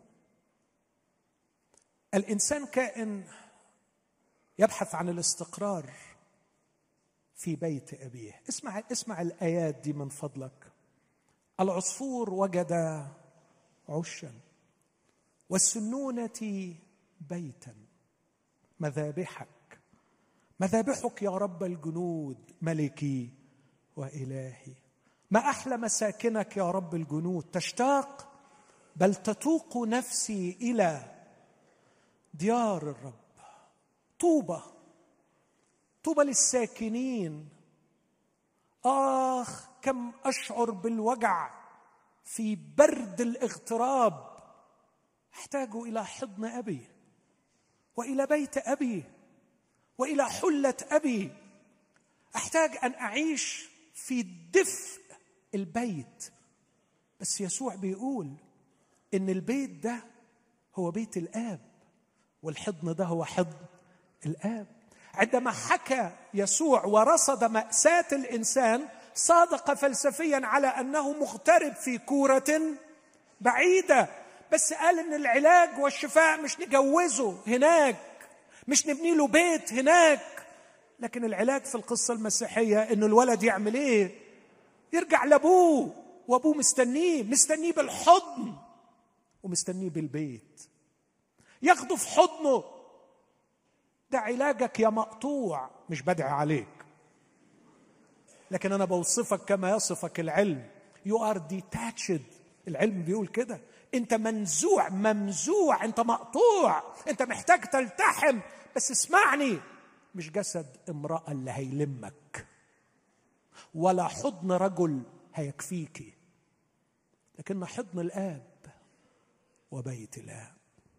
الإنسان كائن يبحث عن الاستقرار في بيت أبيه. اسمع اسمع الآيات دي من فضلك. العصفور وجد عشا والسنونة بيتا. مذابحك مذابحك يا رب الجنود ملكي وإلهي. ما أحلى مساكنك يا رب الجنود. تشتاق بل تتوق نفسي إلى ديار الرب. طوبى طوبى للساكنين. آخ كم أشعر بالوجع في برد الاغتراب. أحتاج إلى حضن أبي وإلى بيت أبي وإلى حلة أبي. أحتاج أن أعيش في دفء البيت. بس يسوع بيقول إن البيت ده هو بيت الآب والحضن ده هو حضن الآب. عندما حكى يسوع ورصد مأساة الإنسان صادق فلسفيا على أنه مغترب في كورة بعيدة، بس قال إن العلاج والشفاء مش نجوزه هناك، مش نبني له بيت هناك، لكن العلاج في القصة المسيحية إنه الولد يعمل إيه؟ يرجع لأبوه، وأبوه مستنيه مستنيه بالحضن ومستنيه بالبيت، ياخده في حضنه. ده علاجك يا مقطوع. مش بدعي عليك، لكن أنا بوصفك كما يصفك العلم. You are detached. العلم بيقول كده، أنت منزوع ممزوع، أنت مقطوع، أنت محتاج تلتحم. بس اسمعني، مش جسد امرأة اللي هيلمك، ولا حضن رجل هيكفيك، لكن حضن الآب وبيت الآب.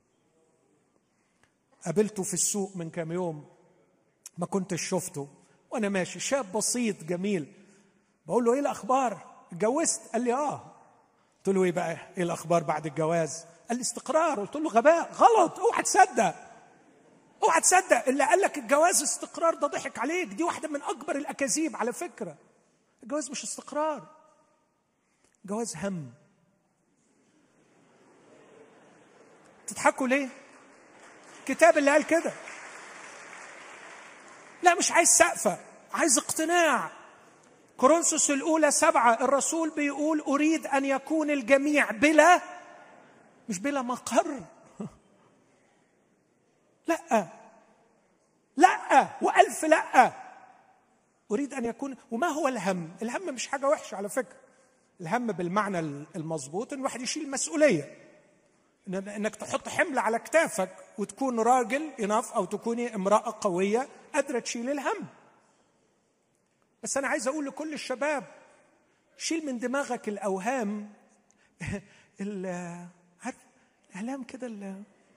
قابلته في السوق من كام يوم، ما كنتش شفته، وانا ماشي، شاب بسيط جميل، بقول له ايه الاخبار؟ اتجوزت؟ قال لي اه. قلت له ايه بقى ايه الاخبار بعد الجواز؟ قال لي استقرار. قلت له غباء، غلط، اوعى تصدق، اوعى تصدق اللي قال لك الجواز استقرار ده ضحك عليك. دي واحده من اكبر الاكاذيب على فكره. الجواز مش استقرار، جواز هم. تضحكوا ليه؟ الكتاب اللي قال كده. لا مش عايز سقفة، عايز اقتناع. كورنثوس الأولى سبعة الرسول بيقول أريد أن يكون الجميع بلا، مش بلا مقر. لا لا وألف لا. أريد أن يكون. وما هو الهم؟ الهم مش حاجة وحشة على فكرة. الهم بالمعنى المظبوط إن الواحد يشيل مسؤولية، إنك تحط حمل على كتافك وتكون راجل إناف أو تكوني امرأة قوية قادرة تشيل الهم. بس أنا عايز أقول لكل الشباب، شيل من دماغك الأوهام، عارف الإعلام كده،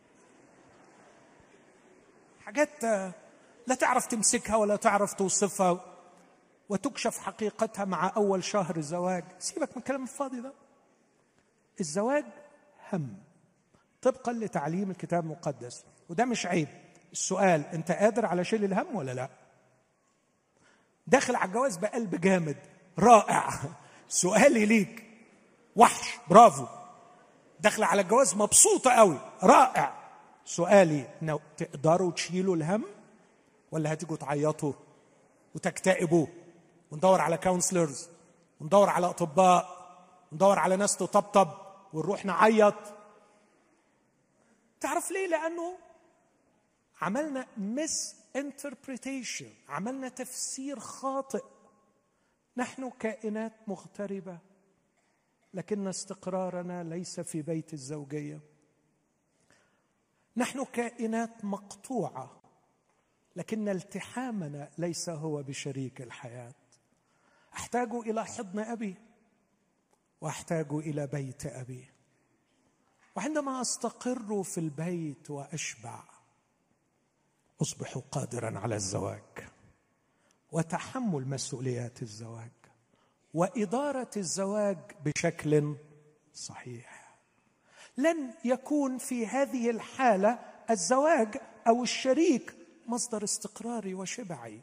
حاجات لا تعرف تمسكها ولا تعرف توصفها وتكشف حقيقتها مع أول شهر زواج. سيبك من الكلام الفاضي ده. الزواج هم طبقا لتعليم الكتاب المقدس، وده مش عيب. السؤال، انت قادر على شيل الهم ولا لا؟ داخل على الجواز بقلب جامد، رائع. سؤالي ليك، وحش، برافو. داخل على الجواز مبسوطة قوي، رائع. سؤالي، تقدروا تشيلوا الهم ولا هتيجوا تعيطوا وتكتئبوا وندور على كونسلرز وندور على أطباء وندور على ناس تطبطب ونروح نعيط؟ تعرف ليه؟ لأنه عملنا misinterpretation، عملنا تفسير خاطئ. نحن كائنات مغتربة، لكن استقرارنا ليس في بيت الزوجية. نحن كائنات مقطوعة، لكن التحامنا ليس هو بشريك الحياة. أحتاج إلى حضن أبي وأحتاج إلى بيت أبي. وعندما أستقر في البيت وأشبع، أصبح قادراً على الزواج وتحمل مسؤوليات الزواج وإدارة الزواج بشكل صحيح. لن يكون في هذه الحالة الزواج أو الشريك مصدر استقراري وشبعي،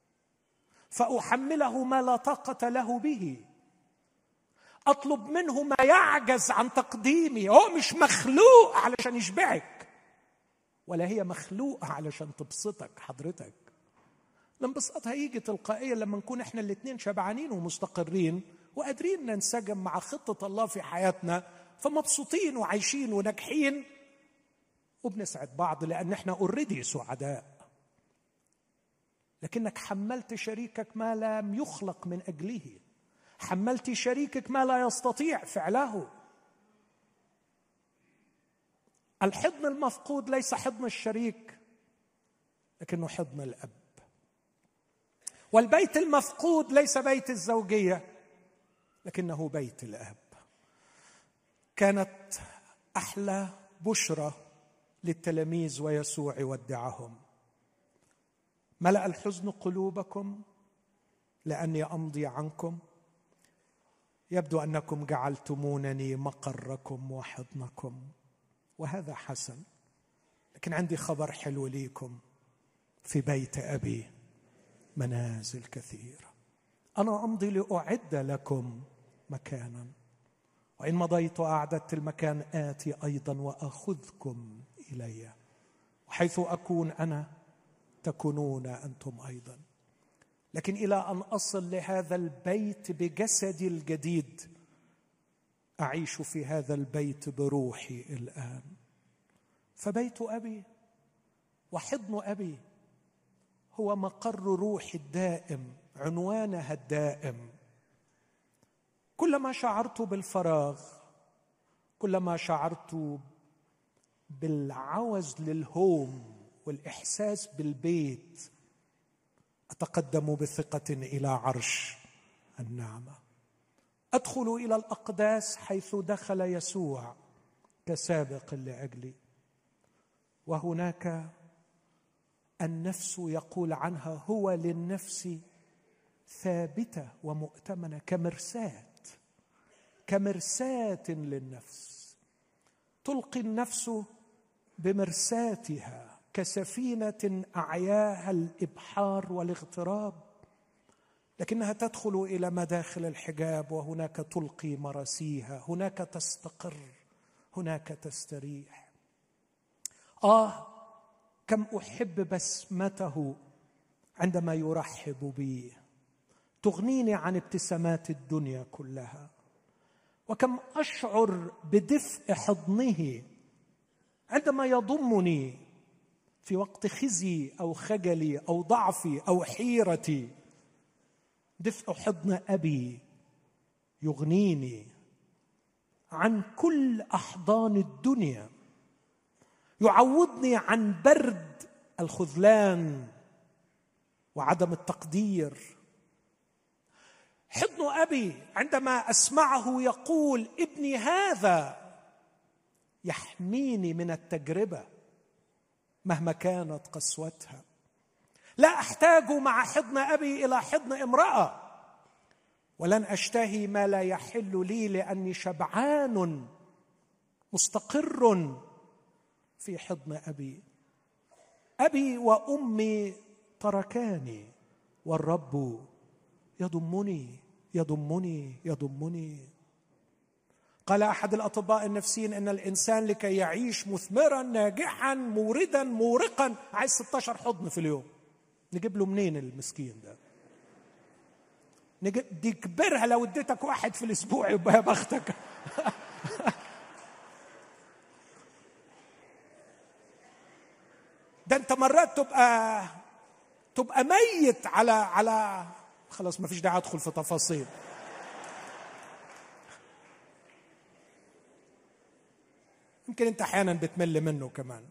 فأحمله ما لا طاقة له به، أطلب منه ما يعجز عن تقديمي. هو مش مخلوق علشان يشبعك، ولا هي مخلوقة علشان تبسطك حضرتك. الانبساط هيجي تلقائيا لما نكون احنا الاثنين شبعانين ومستقرين وقادرين ننسجم مع خطة الله في حياتنا فمبسوطين وعايشين وناجحين وبنسعد بعض لأن احنا اوريدي سعداء. لكنك حملت شريكك ما لم يخلق من أجله، حملت شريكك ما لا يستطيع فعله. الحضن المفقود ليس حضن الشريك لكنه حضن الأب، والبيت المفقود ليس بيت الزوجية لكنه بيت الأب. كانت أحلى بشرى للتلاميذ ويسوع يودعهم: ملأ الحزن قلوبكم لأني أمضي عنكم، يبدو أنكم جعلتمونني مقركم وحضنكم، وهذا حسن، لكن عندي خبر حلو ليكم: في بيت أبي منازل كثيرة، أنا أمضي لأعد لكم مكانا، وإن مضيت أعددت المكان آتي أيضا وأخذكم إلي، وحيث أكون أنا تكونون أنتم أيضا. لكن إلى أن أصل لهذا البيت بجسدي الجديد أعيش في هذا البيت بروحي الآن. فبيت أبي وحضن أبي هو مقر روحي الدائم، عنوانها الدائم. كلما شعرت بالفراغ، كلما شعرت بالعوز للهوم والإحساس بالبيت، أتقدم بثقة إلى عرش النعمة، أدخل إلى الأقداس حيث دخل يسوع كسابق لأجلي، وهناك النفس يقول عنها: هو للنفس ثابتة ومؤتمنة، كمرساة كمرساة للنفس، تلقي النفس بمرساتها كسفينة أعياها الإبحار والاغتراب، لكنها تدخل إلى مداخل الحجاب، وهناك تلقي مراسيها، هناك تستقر، هناك تستريح. آه كم أحب بسمته عندما يرحب بي، تغنيني عن ابتسامات الدنيا كلها. وكم أشعر بدفء حضنه عندما يضمني في وقت خزي أو خجلي أو ضعفي أو حيرتي. دفء حضن أبي يغنيني عن كل أحضان الدنيا، يعوضني عن برد الخذلان وعدم التقدير. حضن أبي عندما أسمعه يقول: ابني هذا، يحميني من التجربة مهما كانت قسوتها. لا أحتاج مع حضن أبي إلى حضن امرأة، ولن أشتهي ما لا يحل لي، لأني شبعان مستقر في حضن أبي. أبي وأمي تركاني والرب يضمني يضمني يضمني. قال أحد الأطباء النفسيين إن الإنسان لكي يعيش مثمرا ناجحا موردا مورقا عايز ستة عشر حضن في اليوم. نجيب له منين المسكين ده؟ نجيب دي كبرها، لو اديتك واحد في الأسبوع يبقى يا بختك. ده أنت مرات تبقى تبقى ميت على على خلاص، ما فيش داعي أدخل في تفاصيل. يمكن أنت أحيانا بتمل منه كمان.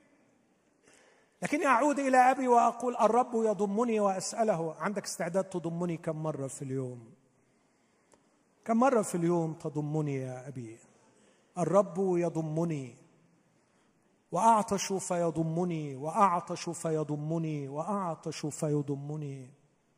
لكني أعود إلى أبي وأقول: الرب يضمني، وأسأله: عندك استعداد تضمني كم مرة في اليوم؟ كم مرة في اليوم تضمني يا أبي؟ الرب يضمني، وأعطش فيضمني، وأعطش فيضمني، وأعطش فيضمني.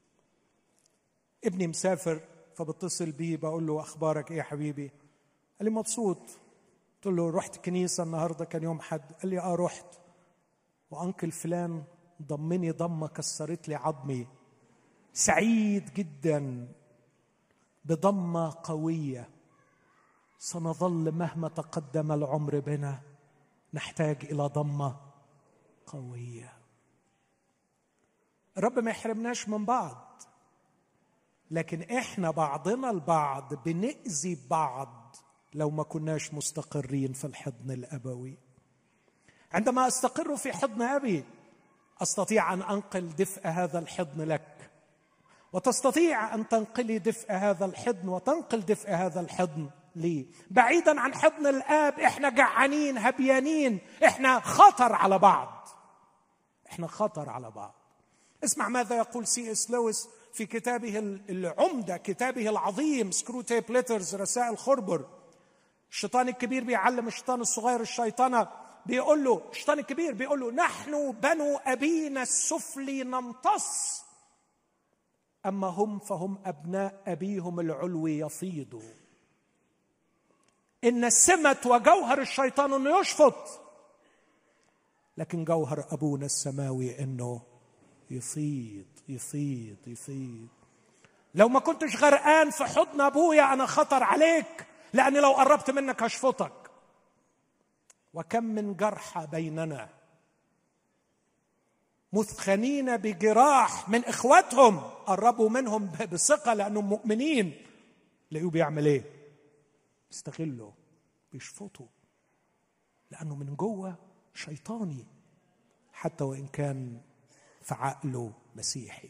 ابني مسافر، فبتصل بيه بقول له: أخبارك إيه يا حبيبي؟ قال لي: مبسوط. قلت له: رحت كنيسة النهاردة؟ كان يوم حد. قال لي: آه رحت، وأنكل فلان ضمني ضمة كسرت لي عظمي. سعيد جدا بضمة قوية. سنظل مهما تقدم العمر بنا نحتاج إلى ضمة قوية. الرب ما يحرمناش من بعض، لكن إحنا بعضنا البعض بنأذي بعض لو ما كناش مستقرين في الحضن الأبوي. عندما أستقر في حضن أبي أستطيع أن أنقل دفء هذا الحضن لك، وتستطيع أن تنقلي دفء هذا الحضن وتنقل دفء هذا الحضن لي. بعيدا عن حضن الآب إحنا جعانين هبيانين، إحنا خطر على بعض، إحنا خطر على بعض. اسمع ماذا يقول سي اس لويس في كتابه العمدة، كتابه العظيم سكرو تيب ليترز، رسائل خربر. الشيطان الكبير بيعلم الشيطان الصغير الشيطنة، بيقول له الشيطان الكبير بيقول له: نحن بنو أبينا السفلي نمتص، أما هم فهم أبناء أبيهم العلوي يفيضوا. إن سمة وجوهر الشيطان أنه يشفط، لكن جوهر أبونا السماوي أنه يفيض يفيض يفيض. لو ما كنتش غرقان في حضن أبويا أنا خطر عليك، لأني لو قربت منك هشفطك. وكم من جرحى بيننا مثخنين بجراح من إخواتهم قربوا منهم بثقة لأنهم مؤمنين، لقوا بيعمل إيه؟ بيستغلوا، بيشفطوا، لأنه من جوه شيطاني حتى وإن كان في عقله مسيحي.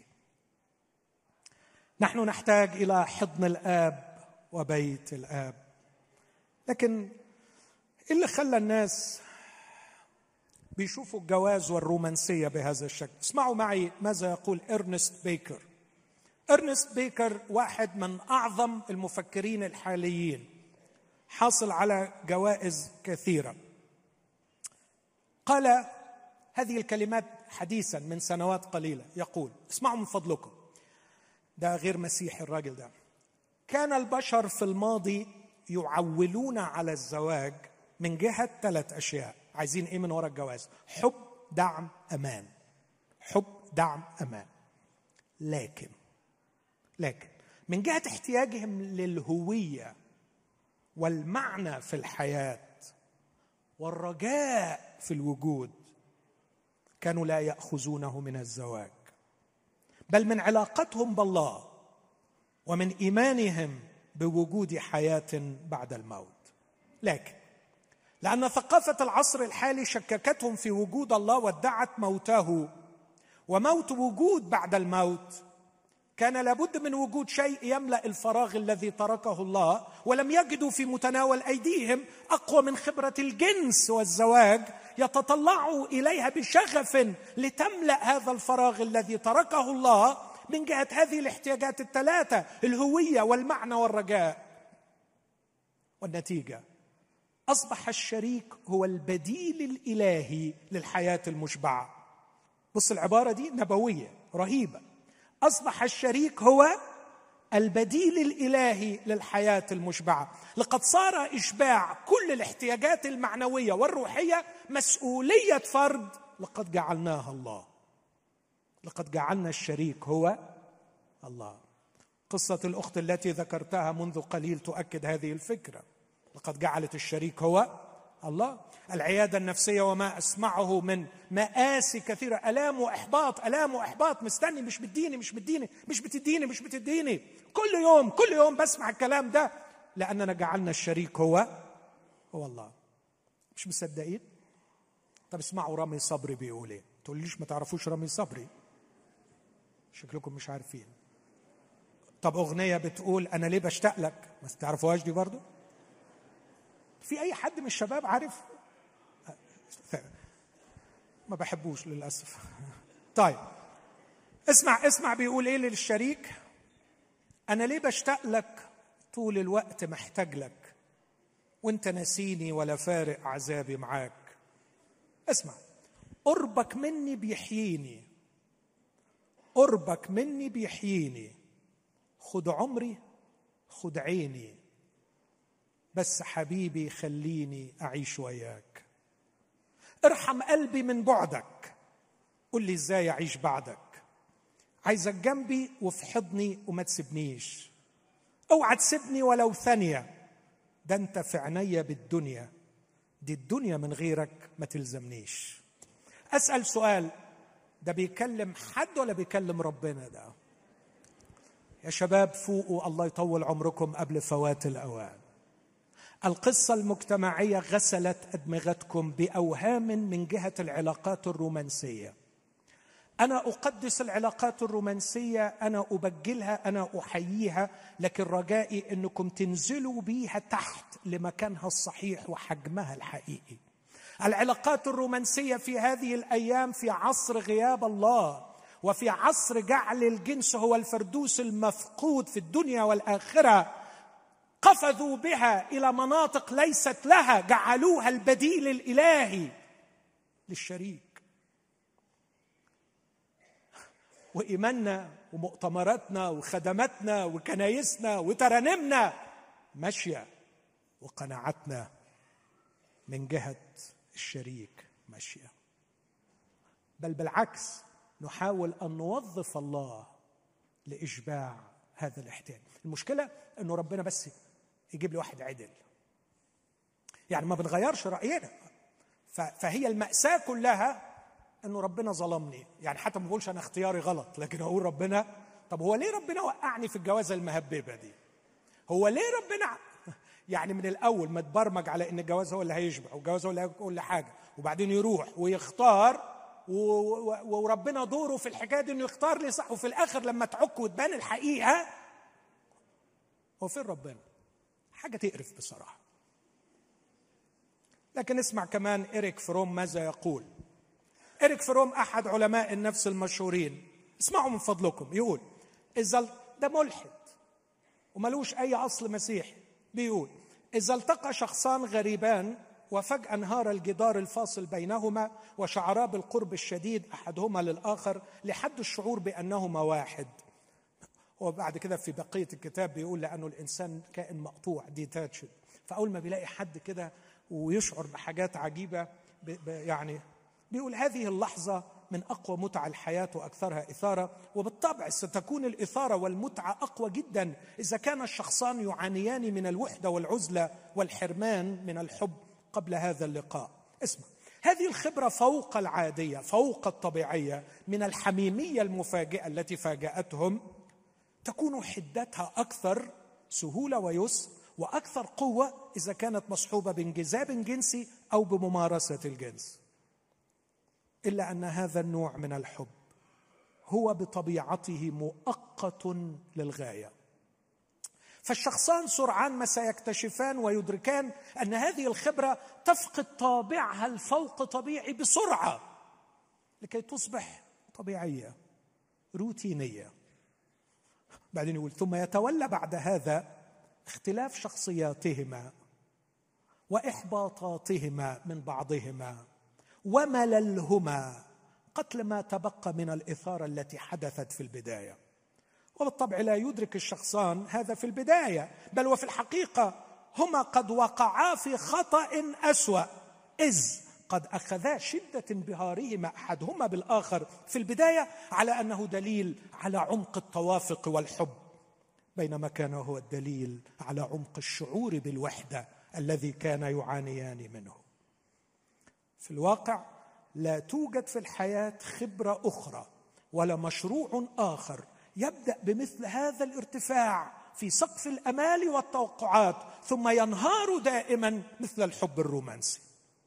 نحن نحتاج إلى حضن الآب وبيت الآب. لكن اللي خلى الناس بيشوفوا الجواز والرومانسية بهذا الشكل، اسمعوا معي ماذا يقول إرنست بيكر. إرنست بيكر واحد من أعظم المفكرين الحاليين، حاصل على جوائز كثيرة. قال هذه الكلمات حديثا من سنوات قليلة، يقول، اسمعوا من فضلكم، ده غير مسيحي الراجل ده: كان البشر في الماضي يعولون على الزواج من جهة ثلاث أشياء. عايزين إيه من وراء الجواز؟ حب، دعم، أمان. حب، دعم، أمان. لكن لكن من جهة احتياجهم للهوية والمعنى في الحياة والرجاء في الوجود، كانوا لا يأخذونه من الزواج، بل من علاقتهم بالله ومن إيمانهم بوجود حياة بعد الموت. لكن لأن ثقافة العصر الحالي شككتهم في وجود الله وادعت موته وموت وجود بعد الموت، كان لابد من وجود شيء يملأ الفراغ الذي تركه الله، ولم يجدوا في متناول أيديهم أقوى من خبرة الجنس والزواج يتطلعوا إليها بشغف لتملأ هذا الفراغ الذي تركه الله من جهة هذه الاحتياجات الثلاثة: الهوية والمعنى والرجاء. والنتيجة أصبح الشريك هو البديل الإلهي للحياة المشبعة. بص العبارة دي نبوية رهيبة. أصبح الشريك هو البديل الإلهي للحياة المشبعة. لقد صار إشباع كل الاحتياجات المعنوية والروحية مسؤولية فرد لقد جعلناها الله. لقد جعلنا الشريك هو الله. قصة الأخت التي ذكرتها منذ قليل تؤكد هذه الفكرة. لقد جعلت الشريك هو الله. العيادة النفسية وما أسمعه من مآسي كثيرة، ألام وإحباط، ألام وإحباط، مستني، مش بتديني مش بتديني مش بتديني مش بتديني كل يوم كل يوم بسمع الكلام ده، لأننا جعلنا الشريك هو هو الله. مش مصدقين؟ طب اسمعوا رامي صبري بيقول ايه. تقول ليش ما تعرفوش رامي صبري؟ شكلكم مش عارفين. طب أغنية بتقول أنا ليه بشتاق لك، ما تعرفوهاش دي برضو؟ في أي حد من الشباب عارف؟ ما بحبوش للأسف. طيب اسمع اسمع بيقول ايه للشريك: أنا ليه بشتاق لك طول الوقت، محتاج لك وانت نسيني ولا فارق عذابي معاك. اسمع: قربك مني بيحييني، قربك مني بيحييني، خد عمري خد عيني، بس حبيبي خليني أعيش وياك. ارحم قلبي من بعدك، قل لي ازاي أعيش بعدك. عايزك جنبي وفي حضني وما تسيبنيش، اوعى تسيبني ولو ثانية، ده انت في عينيا بالدنيا، دي الدنيا من غيرك ما تلزمنيش. أسأل سؤال: ده بيكلم حد ولا بيكلم ربنا ده؟ يا شباب فوقوا، الله يطول عمركم قبل فوات الأوان. القصة المجتمعية غسلت أدمغتكم بأوهام من جهة العلاقات الرومانسية. أنا أقدس العلاقات الرومانسية، أنا أبجلها، أنا أحييها، لكن رجائي أنكم تنزلوا بيها تحت لمكانها الصحيح وحجمها الحقيقي. العلاقات الرومانسية في هذه الأيام، في عصر غياب الله وفي عصر جعل الجنس هو الفردوس المفقود في الدنيا والآخرة، قفزوا بها إلى مناطق ليست لها، جعلوها البديل الإلهي للشريك. وإيماننا ومؤتمراتنا وخدماتنا وكنايسنا وترانيمنا ماشية، وقناعتنا من جهة الشريك ماشية. بل بالعكس، نحاول أن نوظف الله لإشباع هذا الاحتياج. المشكلة أنه ربنا بس يجيب لي واحد عدل، يعني ما بنغيرش رأينا. فهي المأساة كلها أنه ربنا ظلمني، يعني حتى ما بقولش أنا اختياري غلط، لكن أقول ربنا، طب هو ليه ربنا وقعني في الجوازة المهببة دي؟ هو ليه ربنا يعني من الأول ما تبرمج على أن الجواز هو اللي هيشبع والجواز هو اللي هيقول كل حاجة، وبعدين يروح ويختار، وربنا دوره في الحكاية دي أنه يختار لي صح، وفي الآخر لما تعك وتبان الحقيقة هو فين ربنا؟ حاجة تقرف بصراحة. لكن اسمع كمان إريك فروم ماذا يقول. إريك فروم أحد علماء النفس المشهورين، اسمعوا من فضلكم. يقول إذا ده ملحد وملوش أي أصل مسيحي، بيقول إذا التقى شخصان غريبان وفجأة انهار الجدار الفاصل بينهما وشعرا بالقرب الشديد أحدهما للآخر لحد الشعور بأنهما واحد. وبعد كده في بقية الكتاب بيقول لأنه الإنسان كائن مقطوع ديتاتشد، فأول ما بيلاقي حد كده ويشعر بحاجات عجيبة يعني بيقول هذه اللحظة من أقوى متع الحياة وأكثرها إثارة. وبالطبع ستكون الإثارة والمتعة أقوى جدا إذا كان الشخصان يعانيان من الوحدة والعزلة والحرمان من الحب قبل هذا اللقاء. اسمع، هذه الخبرة فوق العادية، فوق الطبيعية، من الحميمية المفاجئة التي فاجأتهم، تكون حدتها أكثر سهولة ويسر وأكثر قوة إذا كانت مصحوبة بانجذاب جنسي أو بممارسة الجنس. إلا أن هذا النوع من الحب هو بطبيعته مؤقت للغاية، فالشخصان سرعان ما سيكتشفان ويدركان أن هذه الخبرة تفقد طابعها الفوق طبيعي بسرعة لكي تصبح طبيعية روتينية. بعدين يقول ثم يتولى بعد هذا اختلاف شخصياتهما وإحباطاتهما من بعضهما ومللهما قتل ما تبقى من الإثارة التي حدثت في البداية. وبالطبع لا يدرك الشخصان هذا في البداية، بل وفي الحقيقة هما قد وقعا في خطأ أسوأ، إذ قد أخذا شدة انبهارهما أحدهما بالآخر في البداية على أنه دليل على عمق التوافق والحب، بينما كان هو الدليل على عمق الشعور بالوحدة الذي كان يعانيان منه. في الواقع لا توجد في الحياة خبرة أخرى ولا مشروع آخر يبدأ بمثل هذا الارتفاع في سقف الأمال والتوقعات ثم ينهار دائما مثل الحب الرومانسي.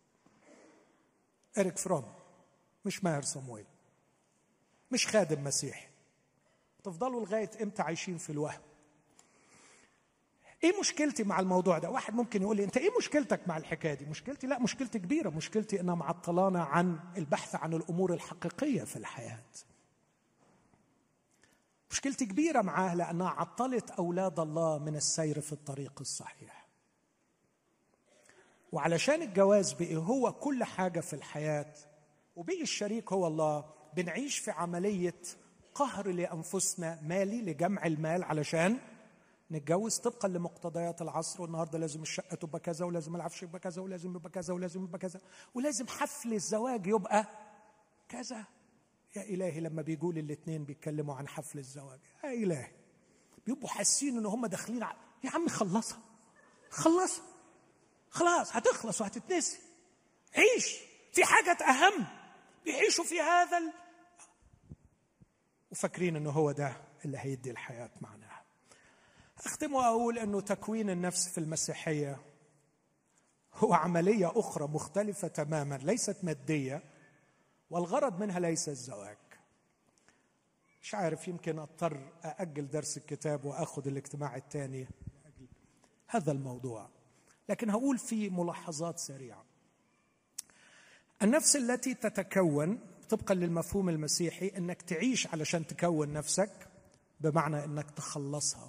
إريك فروم مش ماهر صمويل، مش خادم مسيحي. تفضلوا لغاية إمتى عايشين في الوهم؟ ايه مشكلتي مع الموضوع ده؟ واحد ممكن يقول لي انت ايه مشكلتك مع الحكايه دي؟ مشكلتي لا مشكلتي كبيره، مشكلتي انها معطلانا عن البحث عن الامور الحقيقيه في الحياه. مشكلتي كبيره معاه لانها عطلت اولاد الله من السير في الطريق الصحيح. وعلشان الجواز بقي هو كل حاجه في الحياه وبقي الشريك هو الله، بنعيش في عمليه قهر لانفسنا مالي لجمع المال علشان نتجوز طبقا لمقتضيات العصر. والنهارده لازم الشقه تبقى كذا، ولازم العفش يبقى كذا، ولازم يبقى كذا، ولازم يبقى كذا، ولازم حفل الزواج يبقى كذا. يا إلهي لما بيقول الاثنين بيتكلموا عن حفل الزواج، يا إلهي بيبقوا حاسين ان هم داخلين ع... يا عم خلصها خلصها خلاص هتخلص وهتتنسي، عيش في حاجة أهم. بيعيشوا في هذا ال... وفاكرين انه هو ده اللي هيدي الحياة معناها. أختم وأقول أنه تكوين النفس في المسيحية هو عملية أخرى مختلفة تماما، ليست مادية، والغرض منها ليس الزواج. مش عارف، يمكن أضطر أأجل درس الكتاب وأخذ الاجتماع الثاني هذا الموضوع، لكن هقول في ملاحظات سريعة. النفس التي تتكون طبقا للمفهوم المسيحي أنك تعيش علشان تكون نفسك، بمعنى أنك تخلصها.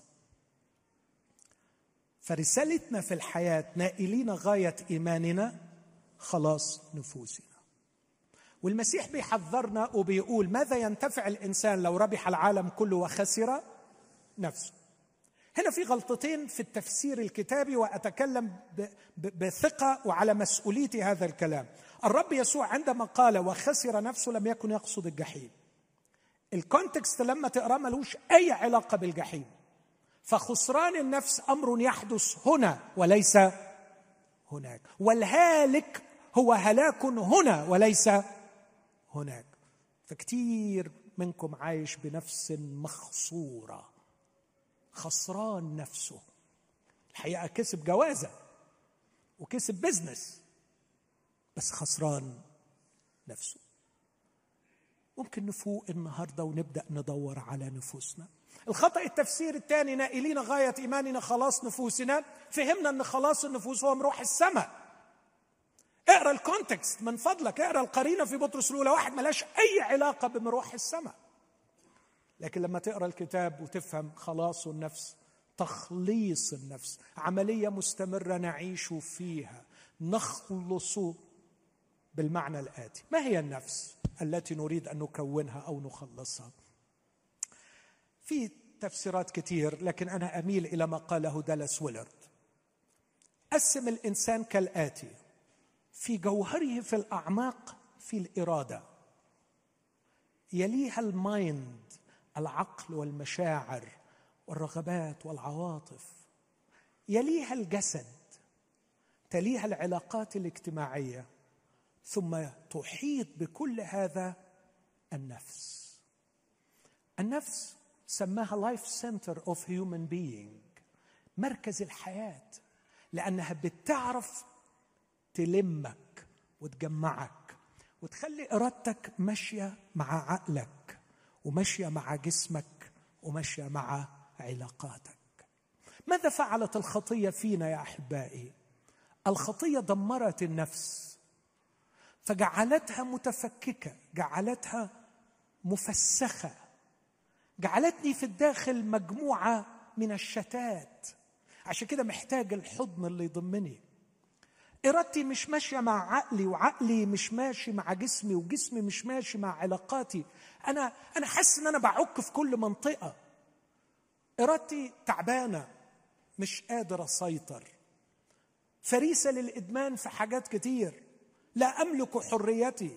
فرسالتنا في الحياة نائلين غاية إيماننا خلاص نفوسنا. والمسيح بيحذرنا وبيقول ماذا ينتفع الإنسان لو ربح العالم كله وخسر نفسه. هنا في غلطتين في التفسير الكتابي، وأتكلم بثقة وعلى مسؤوليتي هذا الكلام. الرب يسوع عندما قال وخسر نفسه لم يكن يقصد الجحيم. الكونتكست لما تقرأ ملوش أي علاقة بالجحيم، فخسران النفس أمر يحدث هنا وليس هناك، والهالك هو هلاك هنا وليس هناك. فكتير منكم عايش بنفس مخصورة، خسران نفسه. الحقيقة كسب جوازة وكسب بزنس، بس خسران نفسه. ممكن نفوق النهاردة ونبدأ ندور على نفوسنا. الخطأ التفسير الثاني نائلين غاية إيماننا خلاص نفوسنا، فهمنا أن خلاص النفوس هو مروح السماء. اقرأ الكونتكست من فضلك، اقرأ القرينة في بطرس الأولى واحد ملاش أي علاقة بمروح السماء. لكن لما تقرأ الكتاب وتفهم خلاص النفس، تخليص النفس عملية مستمرة نعيش فيها، نخلص بالمعنى الآتي. ما هي النفس التي نريد أن نكونها أو نخلصها؟ في تفسيرات كتير، لكن أنا أميل إلى ما قاله دالاس ويلارد. قسم الإنسان كالآتي: في جوهره في الأعماق في الإرادة، يليها المايند العقل والمشاعر والرغبات والعواطف، يليها الجسد، تليها العلاقات الاجتماعية، ثم تحيط بكل هذا النفس. النفس سماها life center of human being، مركز الحياة، لأنها بتعرف تلمك وتجمعك وتخلي إرادتك ماشية مع عقلك وماشية مع جسمك وماشية مع علاقاتك. ماذا فعلت الخطية فينا يا أحبائي؟ الخطية دمرت النفس، فجعلتها متفككة، جعلتها مفسخة، جعلتني في الداخل مجموعة من الشتات. عشان كده محتاج الحضن اللي يضمني. إرادتي مش ماشية مع عقلي، وعقلي مش ماشي مع جسمي، وجسمي مش ماشي مع علاقاتي. أنا أنا حاسس إن أنا بعك في كل منطقة. إرادتي تعبانة، مش قادر أسيطر، فريسة للإدمان في حاجات كتير، لا أملك حريتي،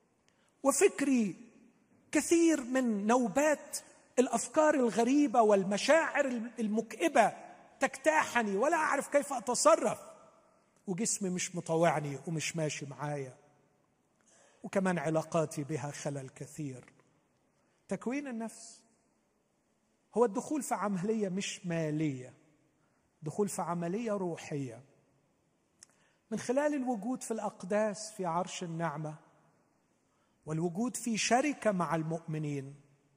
وفكري كثير من نوبات الأفكار الغريبة والمشاعر المكئبة تجتاحني ولا أعرف كيف أتصرف، وجسمي مش مطوعني ومش ماشي معايا، وكمان علاقاتي بها خلل كثير. تكوين النفس هو الدخول في عملية مش مالية، دخول في عملية روحية من خلال الوجود في الأقداس في عرش النعمة، والوجود في شركة مع المؤمنين.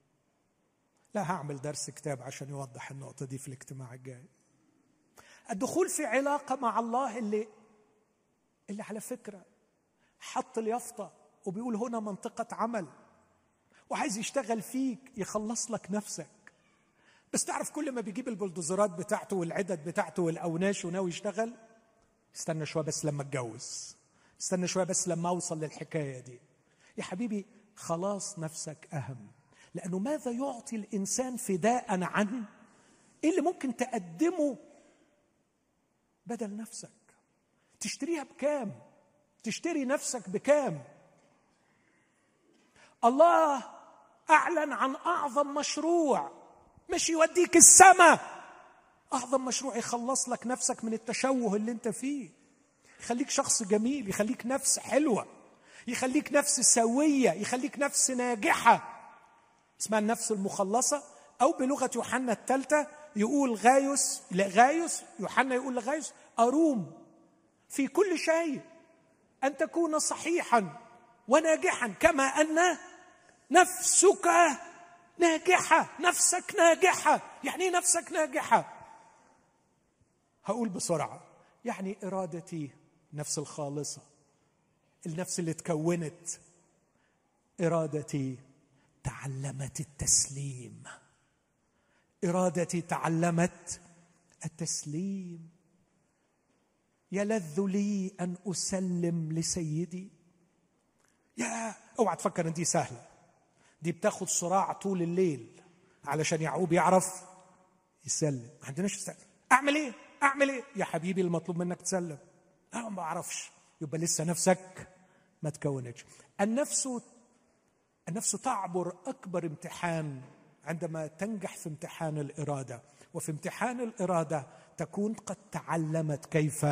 لا هعمل درس كتاب عشان يوضح النقطة دي في الاجتماع الجاي. الدخول في علاقة مع الله اللي اللي على فكرة حط اليافطة وبيقول هنا منطقة عمل، وعايز يشتغل فيك، يخلص لك نفسك. بس تعرف كل ما بيجيب البلدوزرات بتاعته والعدد بتاعته والأوناش وناوي يشتغل، استنى شوية بس لما اتجوز، استنى شوية بس لما أوصل للحكاية دي. يا حبيبي خلاص نفسك أهم، لأنه ماذا يعطي الإنسان فداء عن إيه اللي ممكن تقدمه بدل نفسك؟ تشتريها بكام؟ تشتري نفسك بكام؟ الله أعلن عن أعظم مشروع مش يوديك السماء، أعظم مشروع يخلص لك نفسك من التشوه اللي انت فيه، يخليك شخص جميل، يخليك نفس حلوة، يخليك نفس سوية، يخليك نفس ناجحة، اسمها النفس المخلصة. أو بلغة يوحنا الثالثة يقول غايوس لغايوس، يوحنا يقول لغايوس أروم في كل شيء، أن تكون صحيحا وناجحا كما أن نفسك ناجحة. نفسك ناجحة، يعني نفسك ناجحة. هقول بسرعة، يعني إرادتي، نفس الخالصة، النفس اللي تكونت إرادتي تعلمت التسليم. إرادتي تعلمت التسليم. يلذ لي أن أسلم لسيدي. يا اوعى تفكر ان دي سهله، دي بتاخد صراع طول الليل علشان يعقوب يعرف يسلم. ما عندناش استعداد. اعمل ايه اعمل ايه يا حبيبي؟ المطلوب منك تسلم. انا ما اعرفش. يبقى لسه نفسك ما تكونتش. النفس النفس تعبر اكبر امتحان عندما تنجح في امتحان الاراده، وفي امتحان الاراده تكون قد تعلمت كيف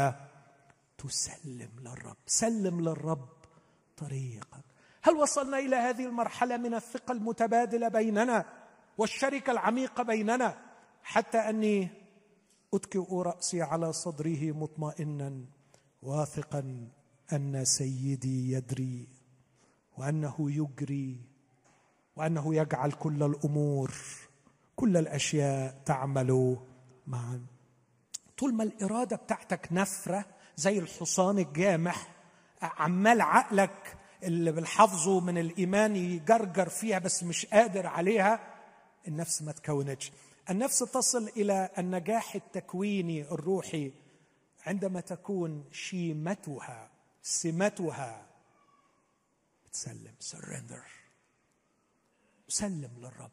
تسلم للرب. سلم للرب طريقك. هل وصلنا إلى هذه المرحلة من الثقة المتبادلة بيننا والشركة العميقة بيننا حتى أني أتكئ رأسي على صدره مطمئنا واثقا أن سيدي يدري وأنه يجري وأنه يجعل كل الأمور كل الأشياء تعمل معا؟ طول ما الإرادة بتاعتك نفرة زي الحصان الجامح، عمال عقلك اللي بالحفظه من الإيمان يجرجر فيها بس مش قادر عليها، النفس ما تكونتش. النفس تصل إلى النجاح التكويني الروحي عندما تكون شيمتها سمتها بتسلم. surrender. أسلم للرب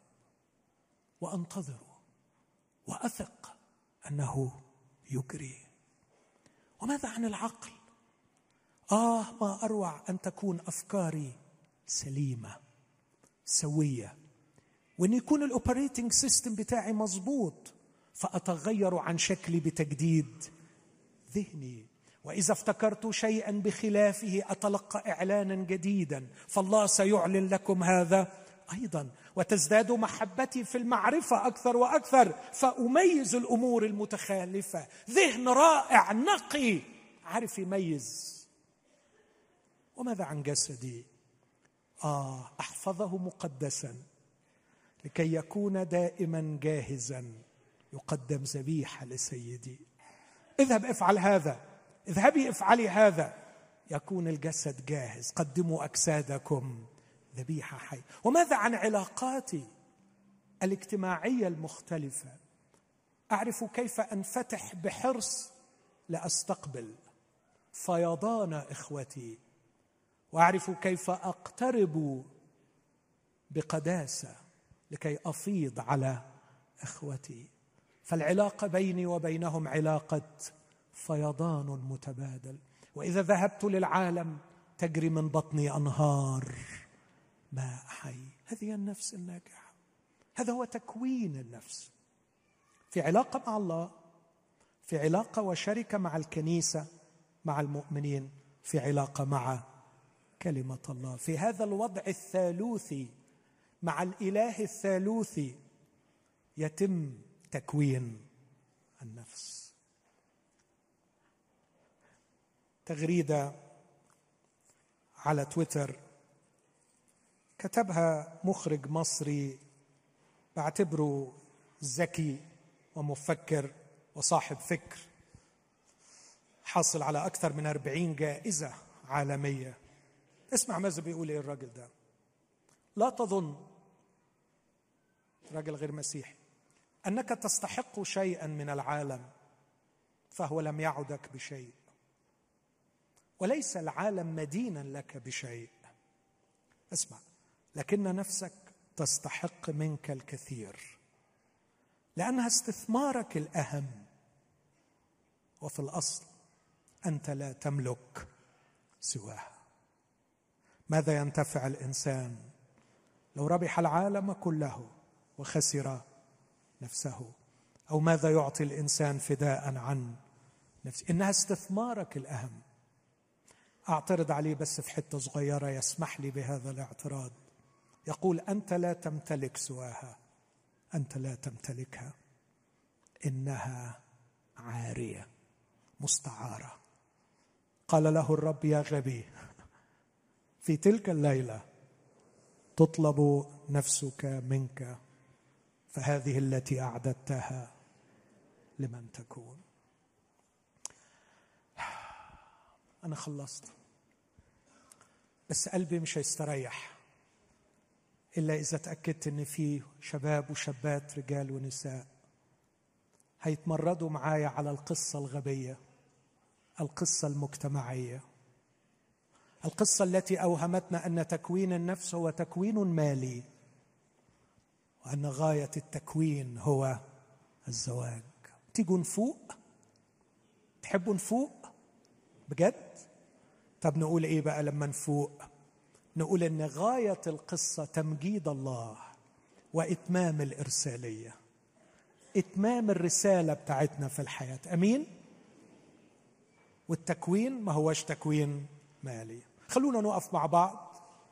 وأنتظره وأثق أنه يجري. وماذا عن العقل؟ آه ما أروع أن تكون أفكاري سليمة سوية، وأن يكون الأوبريتنج سيستم بتاعي مظبوط، فأتغير عن شكلي بتجديد ذهني. وإذا افتكرت شيئا بخلافه أتلقى إعلانا جديدا، فالله سيعلن لكم هذا أيضا. وتزداد محبتي في المعرفة أكثر وأكثر، فأميز الأمور المتخالفة. ذهن رائع نقي عارف يميز. وماذا عن جسدي؟ آه أحفظه مقدسا لكي يكون دائما جاهزا يقدم ذبيحة لسيدي. اذهب افعل هذا، اذهبي افعلي هذا، يكون الجسد جاهز. قدموا أجسادكم ذبيحة حية. وماذا عن علاقاتي الاجتماعية المختلفة؟ أعرف كيف أنفتح بحرص لأستقبل فيضان إخوتي، وأعرف كيف أقترب بقداسة لكي أفيض على إخوتي. فالعلاقة بيني وبينهم علاقة فيضان متبادل. وإذا ذهبت للعالم تجري من بطني أنهار ماء حي. هذه النفس الناجحة. هذا هو تكوين النفس في علاقة مع الله، في علاقة وشركة مع الكنيسة، مع المؤمنين، في علاقة مع كلمة الله. في هذا الوضع الثالوثي مع الإله الثالوثي يتم تكوين النفس. تغريدة على تويتر كتبها مخرج مصري بعتبره ذكي ومفكر وصاحب فكر، حاصل على أكثر من أربعين جائزة عالمية. اسمع ماذا بيقول ايه الراجل ده. لا تظن، راجل غير مسيحي، أنك تستحق شيئا من العالم فهو لم يعدك بشيء، وليس العالم مدينا لك بشيء. اسمع، لكن نفسك تستحق منك الكثير، لأنها استثمارك الأهم. وفي الأصل أنت لا تملك سواها. ماذا ينتفع الإنسان لو ربح العالم كله وخسر نفسه؟ أو ماذا يعطي الإنسان فداء عن نفسه؟ إنها استثمارك الأهم. أعترض عليه بس في حتة صغيرة، يسمح لي بهذا الاعتراض. يقول أنت لا تمتلك سواها، أنت لا تمتلكها، إنها عارية مستعارة قال له الرب: يا غبي، في تلك الليلة تطلب نفسك منك، فهذه التي أعددتها لمن تكون. أنا خلصت، بس قلبي مش هيستريح إلا إذا تأكدت إن في شباب وشابات، رجال ونساء، هيتمردوا معايا على القصة الغبية، القصة المجتمعية، القصة التي أوهمتنا أن تكوين النفس هو تكوين مالي، وأن غاية التكوين هو الزواج. تيجوا نفوق؟ تحبوا نفوق بجد؟ طب نقول إيه بقى لما نفوق؟ نقول إن غاية القصة تمجيد الله وإتمام الإرسالية، إتمام الرسالة بتاعتنا في الحياة. أمين؟ والتكوين ما هوش تكوين مالي. خلونا نقف مع بعض.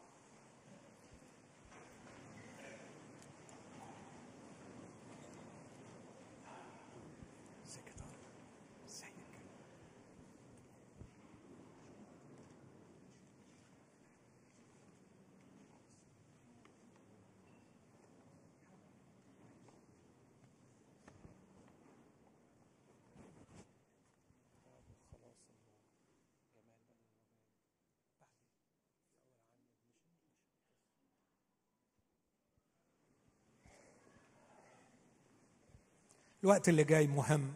الوقت اللي جاي مهم.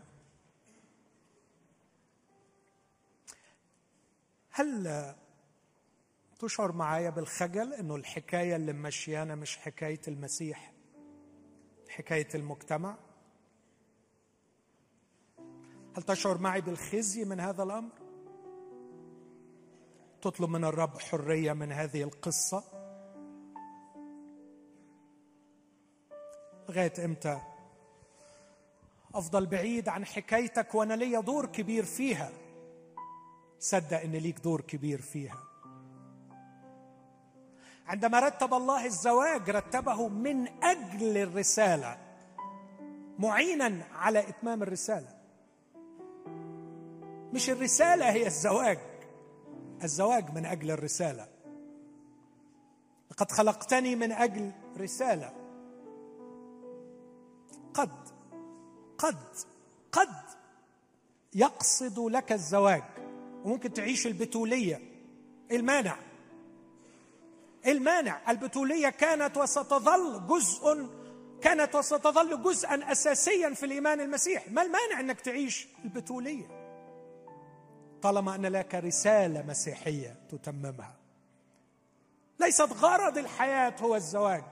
هل تشعر معايا بالخجل انه الحكايه اللي ماشيانا مش حكايه المسيح، حكايه المجتمع؟ هل تشعر معي بالخزي من هذا الامر؟ تطلب من الرب حريه من هذه القصه؟ لغايه امتى أفضل بعيد عن حكايتك وأنا لي دور كبير فيها؟ صدق إن ليك دور كبير فيها. عندما رتب الله الزواج رتبه من أجل الرسالة، معينا على إتمام الرسالة. مش الرسالة هي الزواج، الزواج من أجل الرسالة. لقد خلقتني من أجل رسالة. قد قد قد يقصد لك الزواج وممكن تعيش البتولية. المانع المانع البتولية كانت وستظل جزء كانت وستظل جزءا أساسيا في الإيمان المسيحي. ما المانع أنك تعيش البتولية طالما أن لك رسالة مسيحية تتممها؟ ليست غرض الحياة هو الزواج.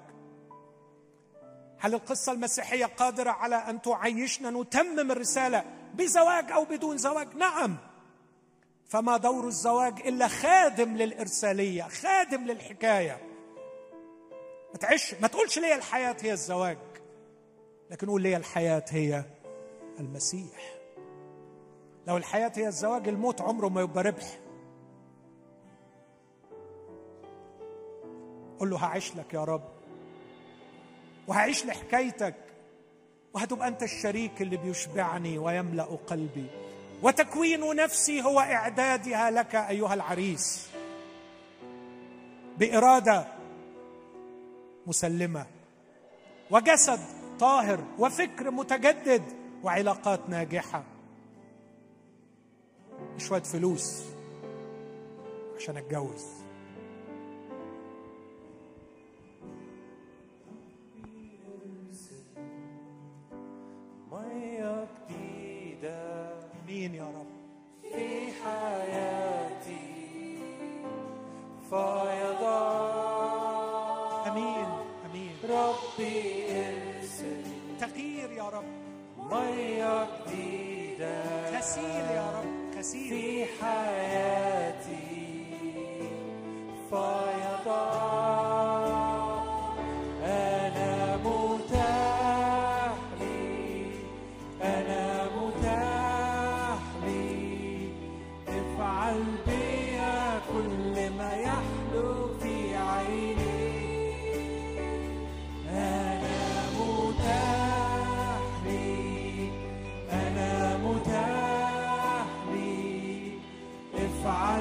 هل القصة المسيحية قادرة على أن تعيشنا نتمم الرسالة بزواج أو بدون زواج؟ نعم. فما دور الزواج إلا خادم للإرسالية، خادم للحكاية. ما تعيش ما تقولش لي الحياة هي الزواج، لكن قول لي الحياة هي المسيح. لو الحياة هي الزواج، الموت عمره ما يبقى ربح. قل له هعيش لك يا رب، وهعيش لحكايتك، وهتبقى أنت الشريك اللي بيشبعني ويملأ قلبي. وتكوين نفسي هو إعدادها لك أيها العريس، بإرادة مسلمة وجسد طاهر وفكر متجدد وعلاقات ناجحة. شوية فلوس عشان أتجوز. مية جديدة مين يا رب في حياتي فيضان. أمين أمين. ربي ارسل تغيير يا رب، مية جديدة غسيل يا رب، غسيل في حياتي فيضان. أنا متاح لي، أنا متاح لي، افعل بيا كل ما يحلو في عيني. أنا متاح لي، أنا متاح لي، افعل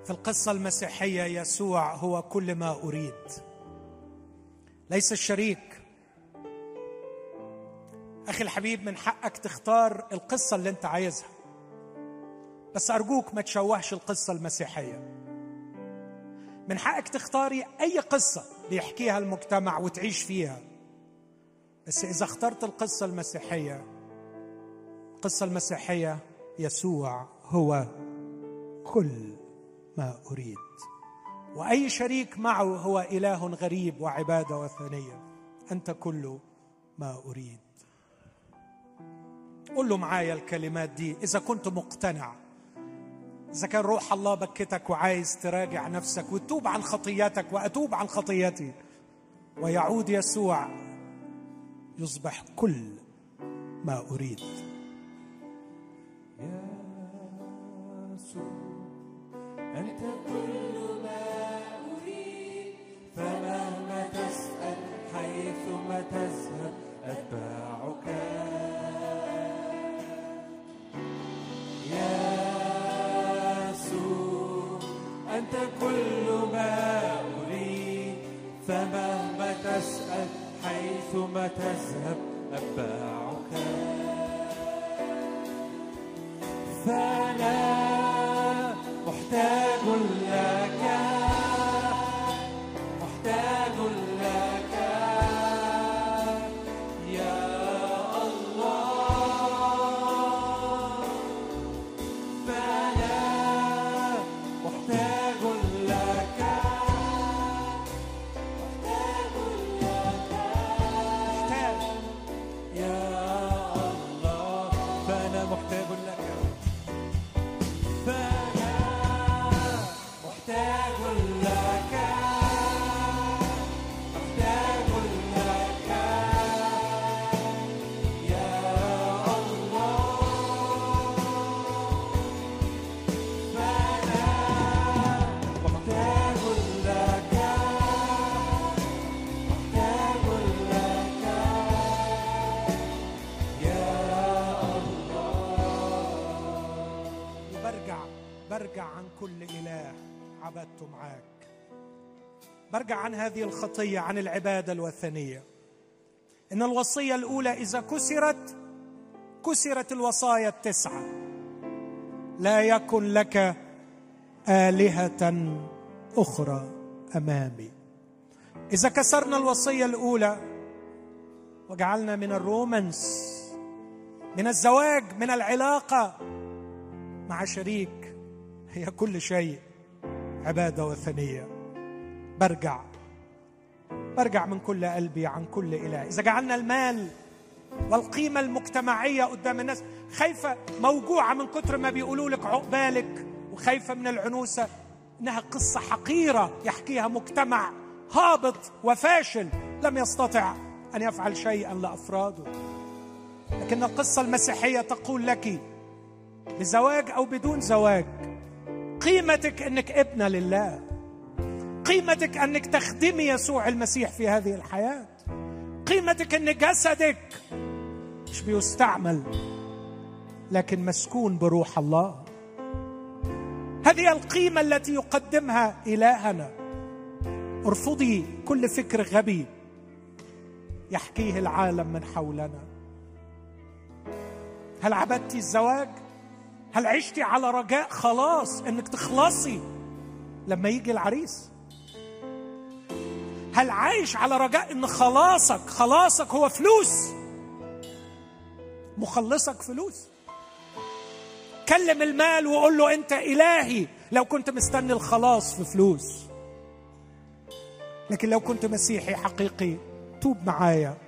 في القصة المسيحية يسوع هو كل ما أريد، ليس الشريك. أخي الحبيب، من حقك تختار القصة اللي أنت عايزها، بس أرجوك ما تشوهش القصة المسيحية. من حقك تختاري أي قصة بيحكيها المجتمع وتعيش فيها، بس إذا اخترت القصة المسيحية، القصة المسيحية يسوع هو كل ما أريد، وأي شريك معه هو إله غريب وعبادة وثنية. أنت كل ما أريد. قل له معايا الكلمات دي إذا كنت مقتنع، إذا كان روح الله بكتك وعايز تراجع نفسك وتتوب عن خطياتك وأتوب عن خطيتي، ويعود يسوع يصبح كل ما أريد. أنت كل ما أريد، فمهما تسأل حيثما تذهب أتباعك. يسوع أنت كل ما أريد، فمهما تسأل حيثما تذهب أتباعك. فأنا محتاج لك، محتاج لك يا الله. فأنا محتاج لك، محتاج لك، محتاج يا الله. فأنا محتاج لك، فأنا محتاج لك، محتاج لك يا الله. فأنا محتاج لك، محتاج لك يا الله. وبرجع برجع عن كل إله عبدته معاك، برجع عن هذه الخطية، عن العبادة الوثنية. إن الوصية الأولى إذا كسرت كسرت الوصايا التسعة. لا يكن لك آلهة أخرى أمامي. إذا كسرنا الوصية الأولى وجعلنا من الرومانس، من الزواج، من العلاقة مع شريك، هي كل شيء عبادة وثنية، برجع برجع من كل قلبي عن كل إله. إذا جعلنا المال والقيمة المجتمعية قدام الناس، خايفة موجوعة من كتر ما بيقولوا لك عقبالك، وخايفة من العنوسة، إنها قصة حقيرة يحكيها مجتمع هابط وفاشل لم يستطع أن يفعل شيئا لأفراده. لكن القصة المسيحية تقول لك بزواج أو بدون زواج، قيمتك أنك ابنة لله، قيمتك أنك تخدمي يسوع المسيح في هذه الحياة، قيمتك أن جسدك مش بيستعمل لكن مسكون بروح الله. هذه القيمة التي يقدمها إلهنا. ارفضي كل فكر غبي يحكيه العالم من حولنا. هل عبدتي الزواج؟ هل عشتي على رجاء خلاص انك تخلصي لما يجي العريس؟ هل عايش على رجاء ان خلاصك خلاصك هو فلوس؟ مخلصك فلوس؟ كلم المال وقول له انت الهي لو كنت مستني الخلاص في فلوس. لكن لو كنت مسيحي حقيقي، توب معايا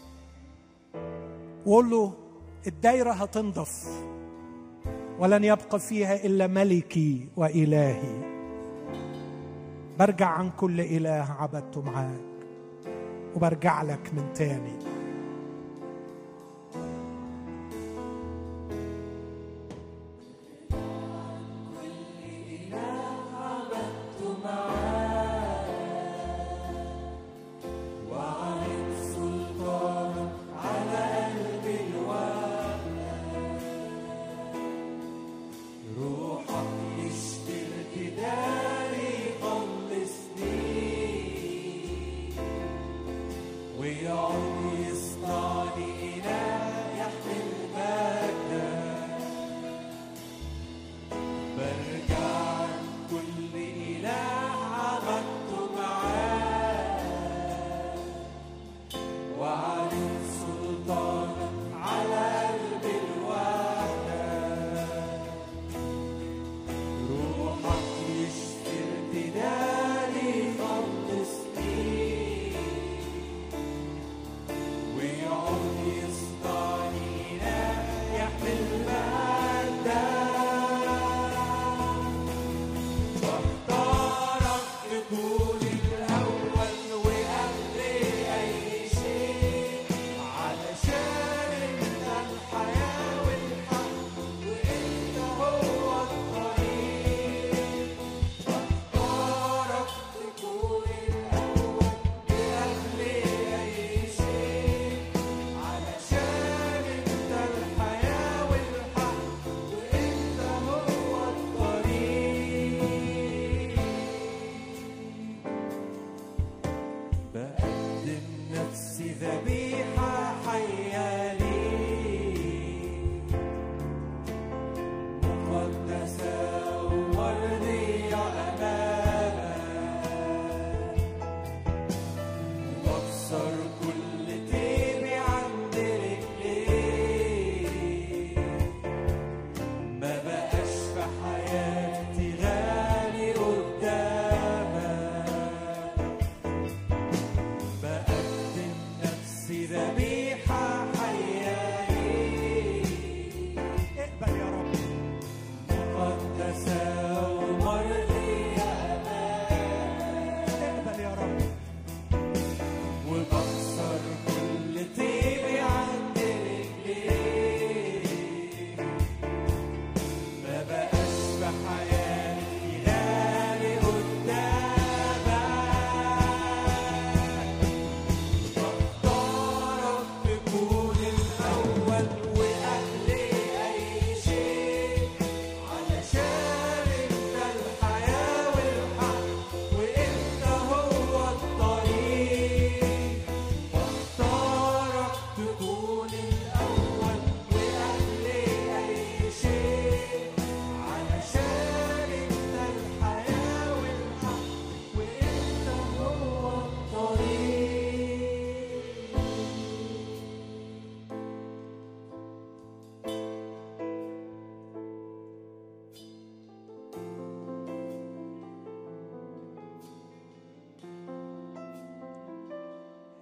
وقول له الدايرة هتنضف ولن يبقى فيها إلا ملكي وإلهي. برجع عن كل إله عبدته معاك وبرجع لك من تاني. روحك يشتي ارتداد